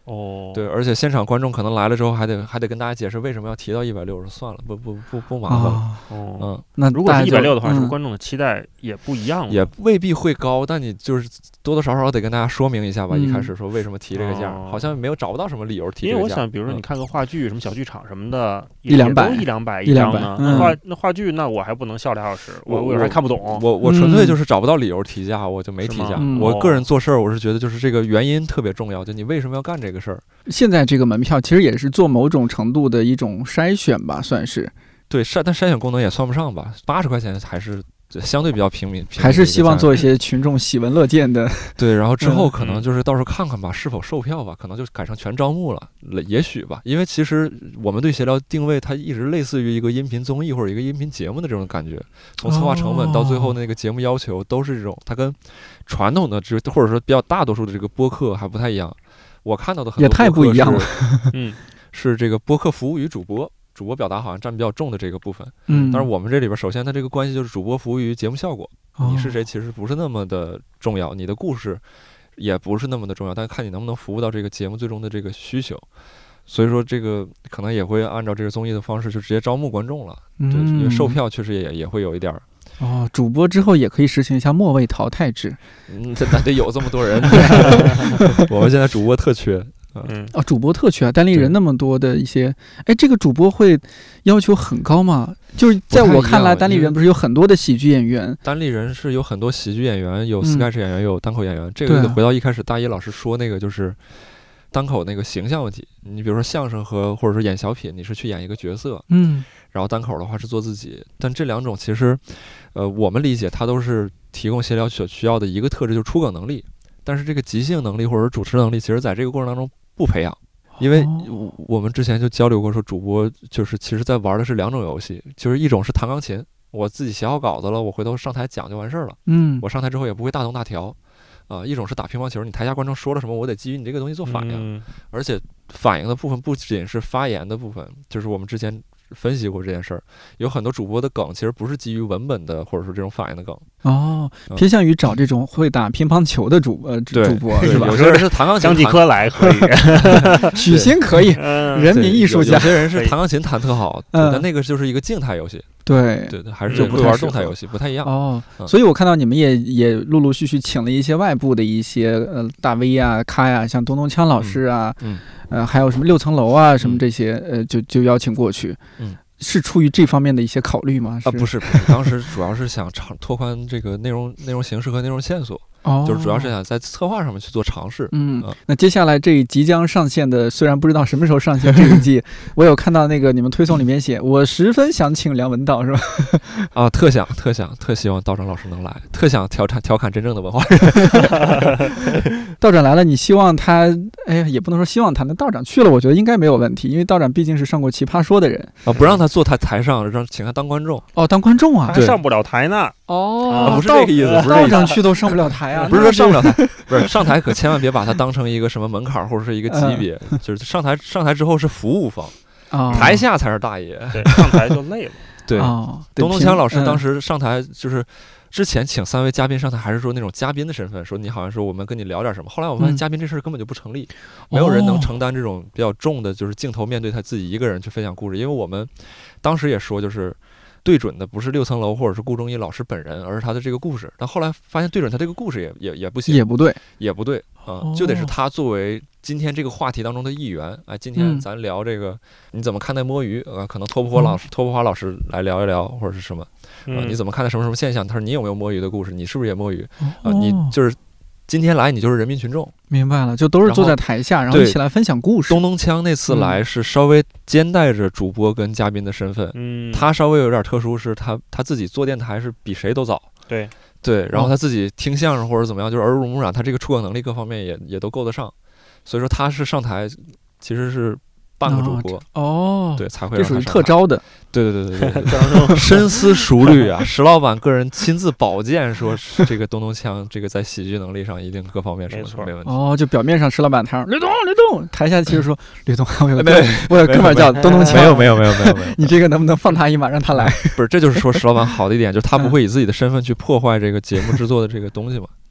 对，而且现场观众可能来了之后还得跟大家解释为什么要提到160，算了，不麻烦了。 那如果是160的话，是不是观众的期待也不一样了？ 也未必会高，但你就是多多少少得跟大家说明一下吧。一开始说为什么提这个价，好像没有找不到什么理由提这个价。 因为我想，比如说你看个话剧，什么小剧场什么的 ，100-200 一张呢。那话剧那我还不能笑2小时，我有时候还看不懂。 我纯粹就是找不到理由提价，我就没提价。我个人做事儿，我是觉得就是这个原因特别重要，就你为什么要干这个事儿。 现在这个门票其实也是做某种程度的一种筛选吧，算是。 对，但筛选功能也算不上吧，80块钱还是相对比较平民， 还是希望做一些群众喜闻乐见的。 对，然后之后可能就是到时候看看吧，是否售票吧，可能就改成全招募了，也许吧。因为其实我们对闲聊定位，它一直类似于一个音频综艺或者一个音频节目的这种感觉，从策划成本到最后那个节目要求都是这种，它跟传统的或者说比较大多数的这个播客还不太一样。我看到的很多也太不一样了， 是这个播客服务于主播表达好像占比较重的这个部分。但是我们这里边首先它这个关系就是主播服务于节目效果，你是谁其实不是那么的重要，你的故事也不是那么的重要，但看你能不能服务到这个节目最终的这个需求。所以说这个可能也会按照这个综艺的方式就直接招募观众了。对，因为售票确实也会有一点。 主播之后也可以实行一下末位淘汰制。 这得有这么多人。我们现在主播特缺。 主播特缺啊，单立人那么多的一些，这个主播会要求很高吗？就是在我看来，单立人不是有很多的喜剧演员， 单立人是有很多喜剧演员，有 sketch 演员，有单口演员。这个得回到一开始大一老师说那个，就是单口那个形象问题。你比如说相声或者说演小品，你是去演一个角色，然后单口的话是做自己。但这两种其实，我们理解它都是提供闲聊所需要的一个特质，就是出梗能力。但是这个即兴能力或者主持能力，其实在这个过程当中不培养，因为我们之前就交流过，说主播就是其实在玩的是两种游戏，就是一种是弹钢琴，我自己写好稿子了，我回头上台讲就完事儿了，我上台之后也不会大动大调，一种是打乒乓球，你台下观众说了什么，我得基于你这个东西做反应，而且反应的部分不仅是发言的部分，就是我们之前分析过这件事儿，有很多主播的梗其实不是基于文本的，或者说这种反应的梗。 偏向于找这种会打乒乓球的主播是吧？ 有些人是弹钢琴， 江继科来可以， 许昕可以，人民艺术家。 有些人是弹钢琴弹特好，但那个就是一个静态游戏。对，还是会玩动态游戏，不太一样。 所以我看到你们也陆陆续续请了一些外部的一些大 V 啊、咖呀，像东东锵老师啊，还有什么6层楼啊什么这些，就邀请过去。是出于这方面的一些考虑吗？ 不是，当时主要是想拓宽这个内容形式和内容线索。就是主要是想在策划上面去做尝试。 那接下来这即将上线的，虽然不知道什么时候上线这一季，我有看到那个你们推送里面写，我十分想请梁文道，是吧？ 特希望道长老师能来，特想调侃真正的文化人。 道长来了，你希望他？也不能说希望他，那道长去了，我觉得应该没有问题，因为道长毕竟是上过《奇葩说》的人不让他坐台上，请他当观众。 当观众啊， 还上不了台呢。 不是这个意思，不是道长去都上不了台。 不是说上不了台，不是上台可千万别把它当成一个什么门槛或者是一个级别，就是上台之后是服务方，台下才是大爷。 对，上台就累了。 对，东东锵老师当时上台就是之前请3位嘉宾上台，还是说那种嘉宾的身份，说你好像说我们跟你聊点什么。后来我发现嘉宾这事儿根本就不成立，没有人能承担这种比较重的，就是镜头面对他自己一个人去分享故事。因为我们当时也说，就是对准的不是6层楼或者是顾中医老师本人，而是他的这个故事。但后来发现对准他这个故事也不行，也不对就得是他作为今天这个话题当中的一员。今天咱聊这个，你怎么看待摸鱼？可能托普华老师来聊一聊，或者是什么？你怎么看待什么现象？他说你有没有摸鱼的故事？你是不是也摸鱼？你就是今天来，你就是人民群众。 明白了，就都是坐在台下，然后一起来分享故事。 东东锵那次来是稍微兼带着主播跟嘉宾的身份，他稍微有点特殊，是他自己做电台是比谁都早。对，然后他自己听相声或者怎么样，就是耳濡目染，他这个出梗能力各方面也都够得上，所以说他是上台其实是半个主播对，才会让他上台， 这属于特招的。 对，深思熟虑啊！石老板个人亲自保荐说，这个东东锵这个在喜剧能力上一定各方面是没问题。 就表面上石老板台上吕东，台下其实说吕东，我有哥们儿叫东东锵。 没有， 你这个能不能放他一马，让他来？ 不是，这就是说石老板好的一点，就是他不会以自己的身份去破坏这个节目制作的这个东西嘛。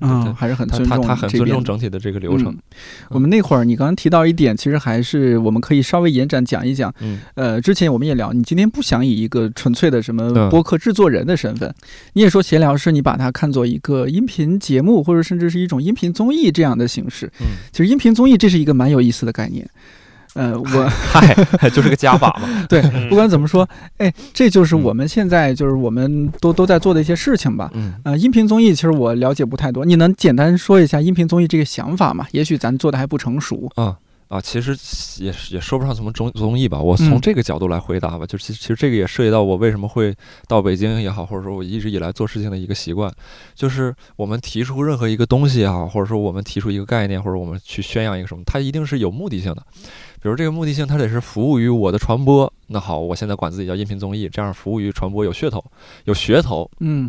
还是很尊重他很尊重整体的这个流程。 我们那会儿你刚刚提到一点，其实还是我们可以稍微延展讲一讲。之前我们也聊，你今天不想以一个纯粹的什么播客制作人的身份，你也说闲聊是你把它看作一个音频节目，或者甚至是一种音频综艺这样的形式。其实音频综艺这是一个蛮有意思的概念。 就是个加法嘛。 对，不管怎么说，这就是我们现在就是我们都在做的一些事情吧。音频综艺其实我了解不太多，你能简单说一下音频综艺这个想法吗？也许咱做的还不成熟。 其实也说不上什么综艺吧，我从这个角度来回答吧。就其实这个也涉及到我为什么会到北京也好，或者说我一直以来做事情的一个习惯，就是我们提出任何一个东西也好，或者说我们提出一个概念，或者我们去宣扬一个什么，它一定是有目的性的。比如这个目的性，它得是服务于我的传播。那好，我现在管自己叫音频综艺，这样服务于传播有噱头，有噱头。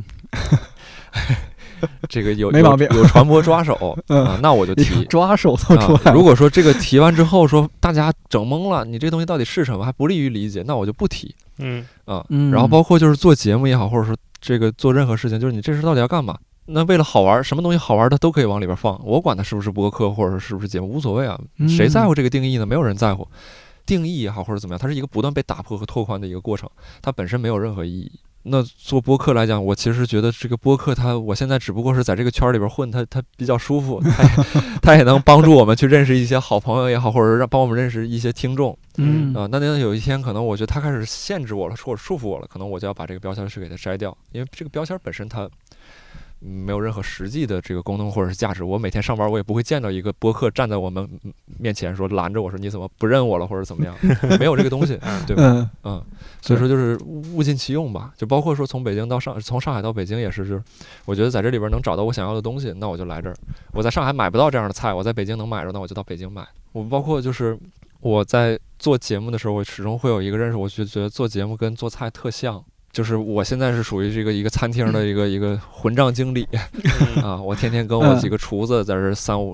这个没毛病， 有传播抓手那我就提抓手都出来。 如果说这个提完之后说大家整懵了，你这个东西到底是什么，还不利于理解，那我就不提。然后包括就是做节目也好，或者说这个做任何事情，就是你这事到底要干嘛？那为了好玩，什么东西好玩的都可以往里边放，我管它是不是播客或者说是不是节目无所谓啊，谁在乎这个定义呢？没有人在乎。定义也好或者怎么样，它是一个不断被打破和拓宽的一个过程，它本身没有任何意义。那做播客来讲，我其实觉得这个播客我现在只不过是在这个圈里边混，它比较舒服，它也能帮助我们去认识一些好朋友也好，或者帮我们认识一些听众。那有一天可能我觉得它开始限制我了，或者束缚我了，可能我就要把这个标签是给它摘掉，因为这个标签本身它没有任何实际的这个功能或者是价值。我每天上班我也不会见到一个播客站在我们面前说拦着我说你怎么不认我了或者怎么样，没有这个东西，对吧？所以说就是物尽其用吧。就包括说从上海到北京也是，就是我觉得在这里边能找到我想要的东西，那我就来这儿。我在上海买不到这样的菜，我在北京能买着，那我就到北京买。我包括就是我在做节目的时候，我始终会有一个认识，我就觉得做节目跟做菜特像。就是我现在是属于这个一个餐厅的一个混账经理我天天跟我几个厨子在这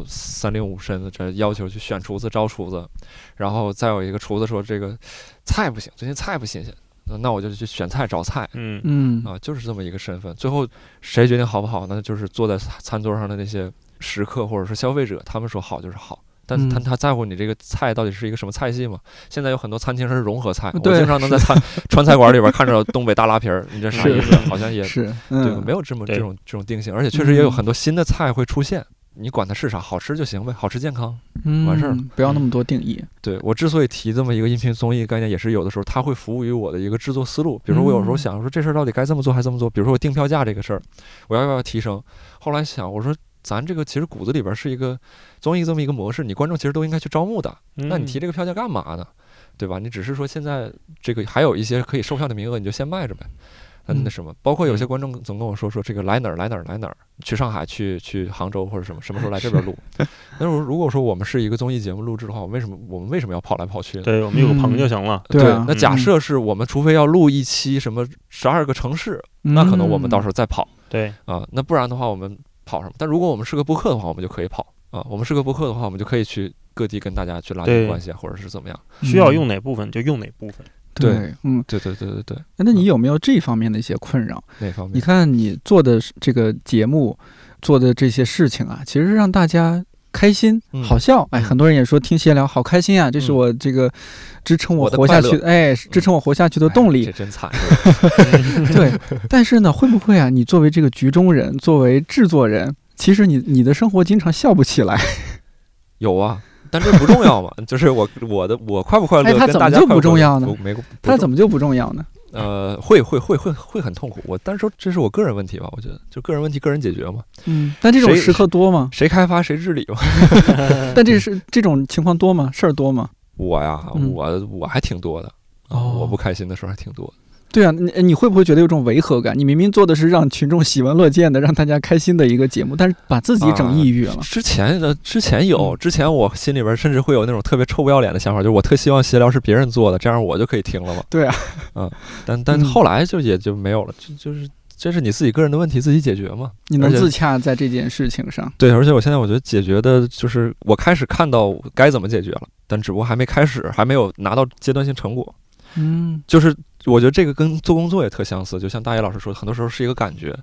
305身这要求去选厨子招厨子，然后再有一个厨子说这个菜不行，最近菜不新鲜，那我就去选菜找菜，就是这么一个身份。最后谁决定好不好呢？就是坐在餐桌上的那些食客或者是消费者，他们说好就是好。但他在乎你这个菜到底是一个什么菜系吗？现在有很多餐厅是融合菜，我经常能在川菜馆里边看着东北大拉皮儿，你这啥意思？好像也是对，没有这种定性，而且确实也有很多新的菜会出现，你管它是啥，好吃就行呗，好吃健康，完事儿， 不要那么多定义。 对，我之所以提这么一个音频综艺概念，也是有的时候它会服务于我的一个制作思路。比如说我有时候想说这事儿到底该这么做还这么做，比如说我定票价这个事儿，我要不要提升？后来想我说咱这个其实骨子里边是一个综艺这么一个模式，你观众其实都应该去招募的，那你提这个票价干嘛呢？对吧？你只是说现在这个还有一些可以售票的名额，你就先卖着呗。那什么，包括有些观众总跟我说这个来哪儿，去上海去杭州或者什么时候来这边录。那如果说我们是一个综艺节目录制的话，我们为什么要跑来跑去呢？ 对，我们有个棚就行了。 对， 那假设是我们除非要录一期什么12个城市，那可能我们到时候再跑。 对那不然的话我们跑什么？但如果我们是个播客的话，我们就可以跑我们是个播客的话，我们就可以去各地跟大家去拉近关系或者是怎么样。 需要用哪部分就用哪部分。 对，对。 那你有没有这方面的一些困扰？ 哪方面？ 你看你做的这个节目，做的这些事情啊，其实是让大家开心、好笑。很多人也说听闲聊好开心啊，这是我这个支撑我活下去，支撑我活下去的动力。 这真惨。 对，但是呢，会不会啊？你作为这个局中人，作为制作人，其实你的生活经常笑不起来。 有啊。但这不重要嘛？就是我快不快乐？ 他怎么就不重要呢？他怎么就不重要呢？ 会很痛苦。但是说这是我个人问题吧？我觉得就个人问题，个人解决嘛。 但这种时刻多吗？ 谁开发谁治理嘛。 但这种情况多吗？事儿多吗？ 我呀，我还挺多的。我不开心的时候还挺多的。 对啊，你会不会觉得有种违和感？你明明做的是让群众喜闻乐见的、让大家开心的一个节目，但是把自己整抑郁了。 之前我心里边甚至会有那种特别臭不要脸的想法，就是我特希望闲聊是别人做的，这样我就可以听了嘛。 对啊， 但后来也就没有了，就是这是你自己个人的问题，自己解决嘛。 你能自洽在这件事情上。 对，而且我现在我觉得解决的就是我开始看到该怎么解决了，但只不过还没开始，还没有拿到阶段性成果。就是我觉得这个跟做工作也特相似，就像大野老师说的，很多时候是一个感觉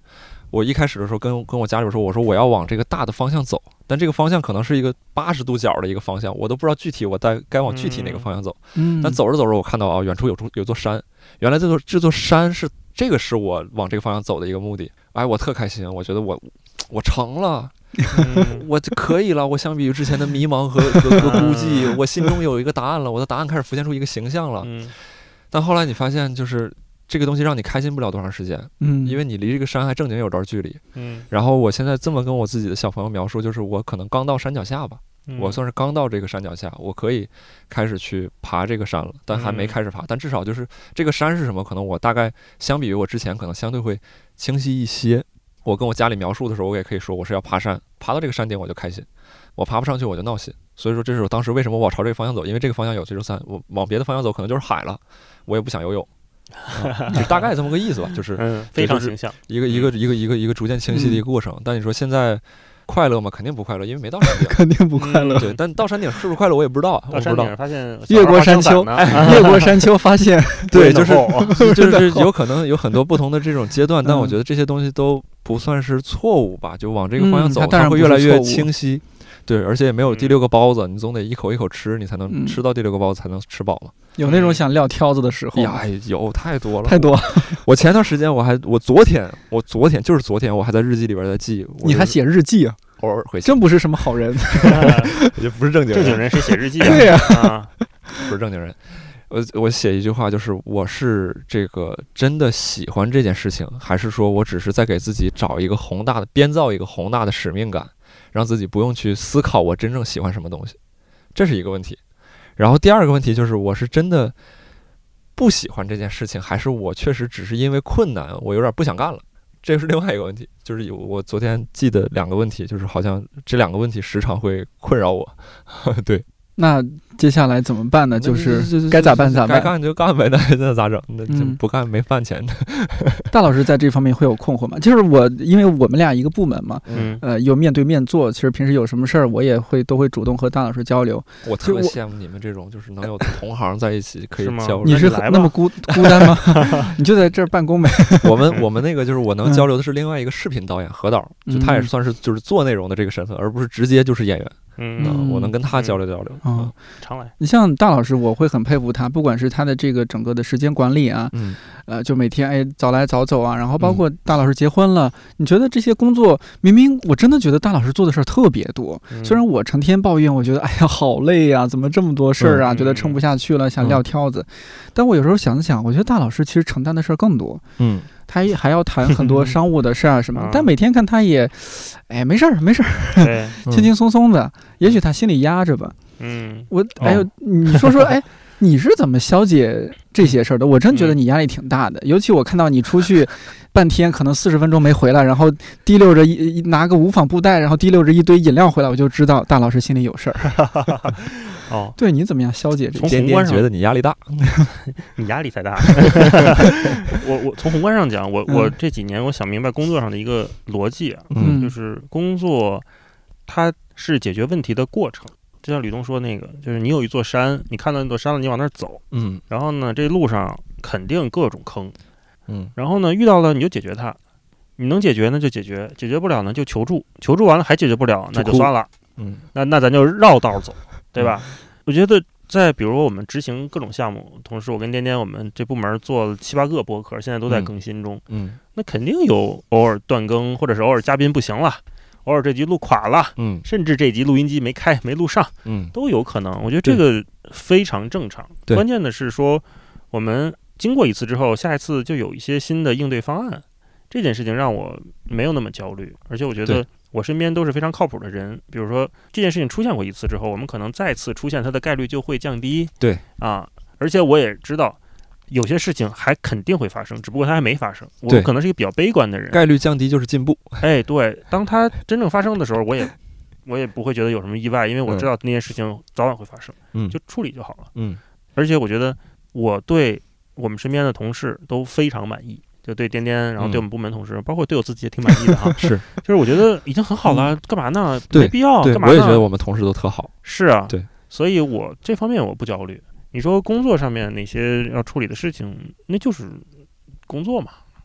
我一开始的时候跟我家里说，我说我要往这个大的方向走，但这个方向可能是一个80度角的一个方向，我都不知道具体我该往具体哪个方向走。但走着走着，我看到啊，远处有座山，原来这座山是我往这个方向走的一个目的。哎，我特开心，我觉得我成了。我就可以了。我相比于之前的迷茫和孤寂，我心中有一个答案了，我的答案开始浮现出一个形象了。但后来你发现，就是这个东西让你开心不了多长时间，因为你离这个山还正经有段距离。然后我现在这么跟我自己的小朋友描述，就是我可能刚到山脚下吧，我算是刚到这个山脚下，我可以开始去爬这个山了，但还没开始爬。但至少就是这个山是什么，可能我大概相比于我之前，可能相对会清晰一些。我跟我家里描述的时候，我也可以说我是要爬山，爬到这个山顶我就开心，我爬不上去我就闹心。所以说这是我当时为什么我朝这个方向走，因为这个方向有这座山，我往别的方向走可能就是海了，我也不想游泳。就大概这么个意思吧，就是非常形象， 一个逐渐清晰的一个过程。但你说现在快乐吗？肯定不快乐，因为没到山顶， 肯定不快乐。 对，但到山顶是不是快乐我也不知道。 到山顶发现越过山丘，越过山丘发现， 对，就是有可能有很多不同的这种阶段，但我觉得这些东西都不算是错误吧，就往这个方向走，它会越来越清晰。对，而且也没有第6个包子，你总得一口一口吃，你才能吃到第6个包子，才能吃饱嘛。 有那种想撂挑子的时候呀，有太多了， 太多。我前段时间我昨天我还在日记里边在记。 你还写日记啊？ 偶尔会写， 真不是什么好人。 也不是正经人。 正经人谁写日记啊？ 对呀， 不是正经人。我写一句话，就是我是这个真的喜欢这件事情，还是说我只是在给自己找一个编造一个宏大的使命感，让自己不用去思考我真正喜欢什么东西，这是一个问题。然后第二个问题就是，我是真的不喜欢这件事情，还是我确实只是因为困难，我有点不想干了，这是另外一个问题。就是我昨天记得2个问题，就是好像这2个问题时常会困扰我。对。 那接下来怎么办呢？就是该咋办咋办， 该干就干呗，那咋整？那不干没饭钱的。 大老师在这方面会有困惑吗？就是因为我们俩一个部门嘛，有面对面做，其实平时有什么事儿，我也都会主动和大老师交流。 我特别羡慕你们这种，就是能有同行在一起可以交流。 你是那么孤单吗？你就在这儿办公呗。 我们那个就是我能交流的是另外一个视频导演何导，就他也是算是就是做内容的这个身份，而不是直接就是演员。我能跟他交流交流。 常来。 你像大老师，我会很佩服他，不管是他的这个整个的时间管理啊，就每天早来早走啊，然后包括大老师结婚了，你觉得这些工作，明明我真的觉得大老师做的事儿特别多，虽然我成天抱怨，我觉得哎呀好累呀，怎么这么多事儿啊，觉得撑不下去了，想撂挑子，但我有时候想想，我觉得大老师其实承担的事儿更多。他还要谈很多商务的事啊什么，但每天看他也，哎，没事儿，轻轻松松的。也许他心里压着吧。你说，哎，你是怎么消解这些事儿的？我真觉得你压力挺大的，尤其我看到你出去半天，可能40分钟没回来，然后提溜着拿个无纺布袋，然后提溜着一堆饮料回来，我就知道大老师心里有事儿。对，你怎么样消解这些？ 从宏观上觉得你压力大， 你压力才大。我从宏观上讲，我这几年我想明白工作上的一个逻辑啊，就是工作它是解决问题的过程。就像吕东说那个，就是你有一座山，你看到那座山了，你往那儿走，然后呢，这路上肯定各种坑，然后呢，遇到了你就解决它，你能解决呢就解决，解决不了呢就求助，求助完了还解决不了，那就算了，那咱就绕道走。对吧？我觉得在比如说我们执行各种项目，同时我跟颠颠我们这部门做了7、8个播客，现在都在更新中。那肯定有偶尔断更，或者是偶尔嘉宾不行了，偶尔这集录垮了，甚至这集录音机没开没录上，都有可能。我觉得这个非常正常。关键的是说，我们经过一次之后，下一次就有一些新的应对方案。这件事情让我没有那么焦虑，而且我觉得我身边都是非常靠谱的人。比如说这件事情出现过一次之后，我们可能再次出现它的概率就会降低。对啊，而且我也知道有些事情还肯定会发生，只不过它还没发生。我可能是一个比较悲观的人。概率降低就是进步。哎，对，当它真正发生的时候，我也不会觉得有什么意外，因为我知道那件事情早晚会发生，就处理就好了。而且我觉得我对我们身边的同事都非常满意。就对颠颠，然后对我们部门同事，包括对我自己也挺满意的哈。是，就是我觉得已经很好了，干嘛呢？没必要，干嘛呢？我也觉得我们同事都特好。是啊，对，所以我这方面我不焦虑。你说工作上面那些要处理的事情，那就是工作嘛，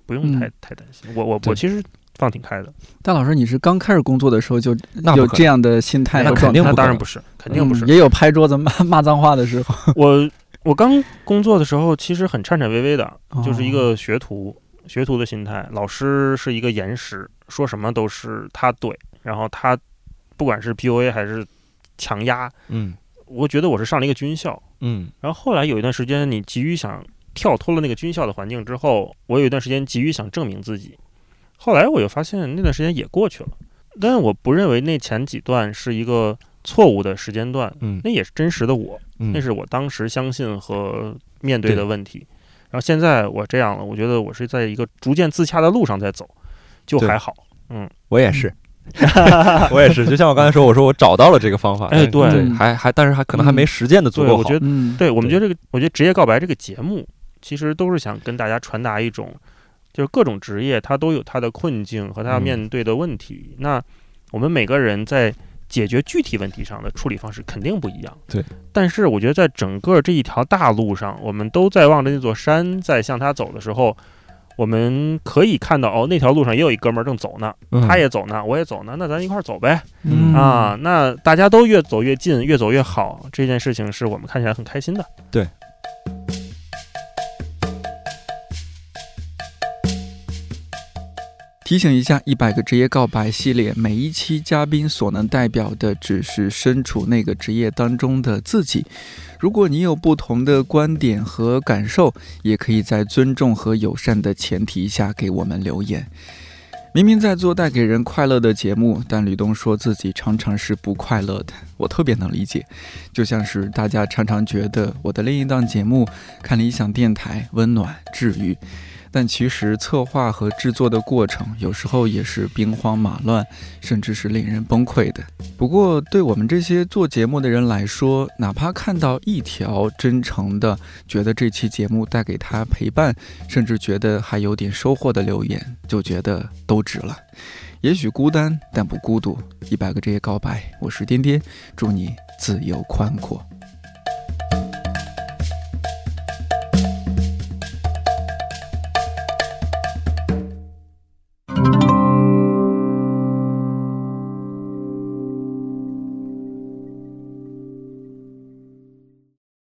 不用太担心。我其实放挺开的。 大老师，你是刚开始工作的时候就有这样的心态和状态？ 那当然不是，肯定不是。 也有拍桌子骂脏话的时候。 我刚工作的时候，其实很颤颤巍巍的，就是一个学徒的心态。老师是一个严师，说什么都是他对，然后他不管是 PUA 还是强压，我觉得我是上了一个军校，然后后来有一段时间，你急于想跳脱了那个军校的环境之后，我有一段时间急于想证明自己。后来我又发现那段时间也过去了，但是我不认为那前几段是一个错误的时间段，那也是真实的我，那是我当时相信和面对的问题。然后现在我这样了，我觉得我是在一个逐渐自洽的路上在走，就还好。 我也是。我也是，就像我刚才说，我说我找到了这个方法，对，但是还可能还没实践的足够好。 我觉得，我们觉得我觉得职业告白这个节目，其实都是想跟大家传达一种，就是各种职业它都有它的困境和它要面对的问题。那我们每个人在解决具体问题上的处理方式肯定不一样， 对。 但是我觉得在整个这一条大路上，我们都在望着那座山在向它走的时候，我们可以看到那条路上也有一哥们儿正走呢，他也走呢，我也走呢，那咱一块儿走呗，那大家都越走越近，越走越好，这件事情是我们看起来很开心的。 对。 提醒一下，100个职业告白系列，每一期嘉宾所能代表的只是身处那个职业当中的自己。如果你有不同的观点和感受，也可以在尊重和友善的前提下给我们留言。明明在做带给人快乐的节目，但吕东说自己常常是不快乐的，我特别能理解。就像是大家常常觉得我的另一档节目看理想电台温暖治愈，但其实策划和制作的过程有时候也是兵荒马乱，甚至是令人崩溃的。不过对我们这些做节目的人来说，哪怕看到一条真诚的觉得这期节目带给他陪伴，甚至觉得还有点收获的留言，就觉得都值了。也许孤单，但不孤独。100个职业告白，我是颠颠，祝你自由宽阔。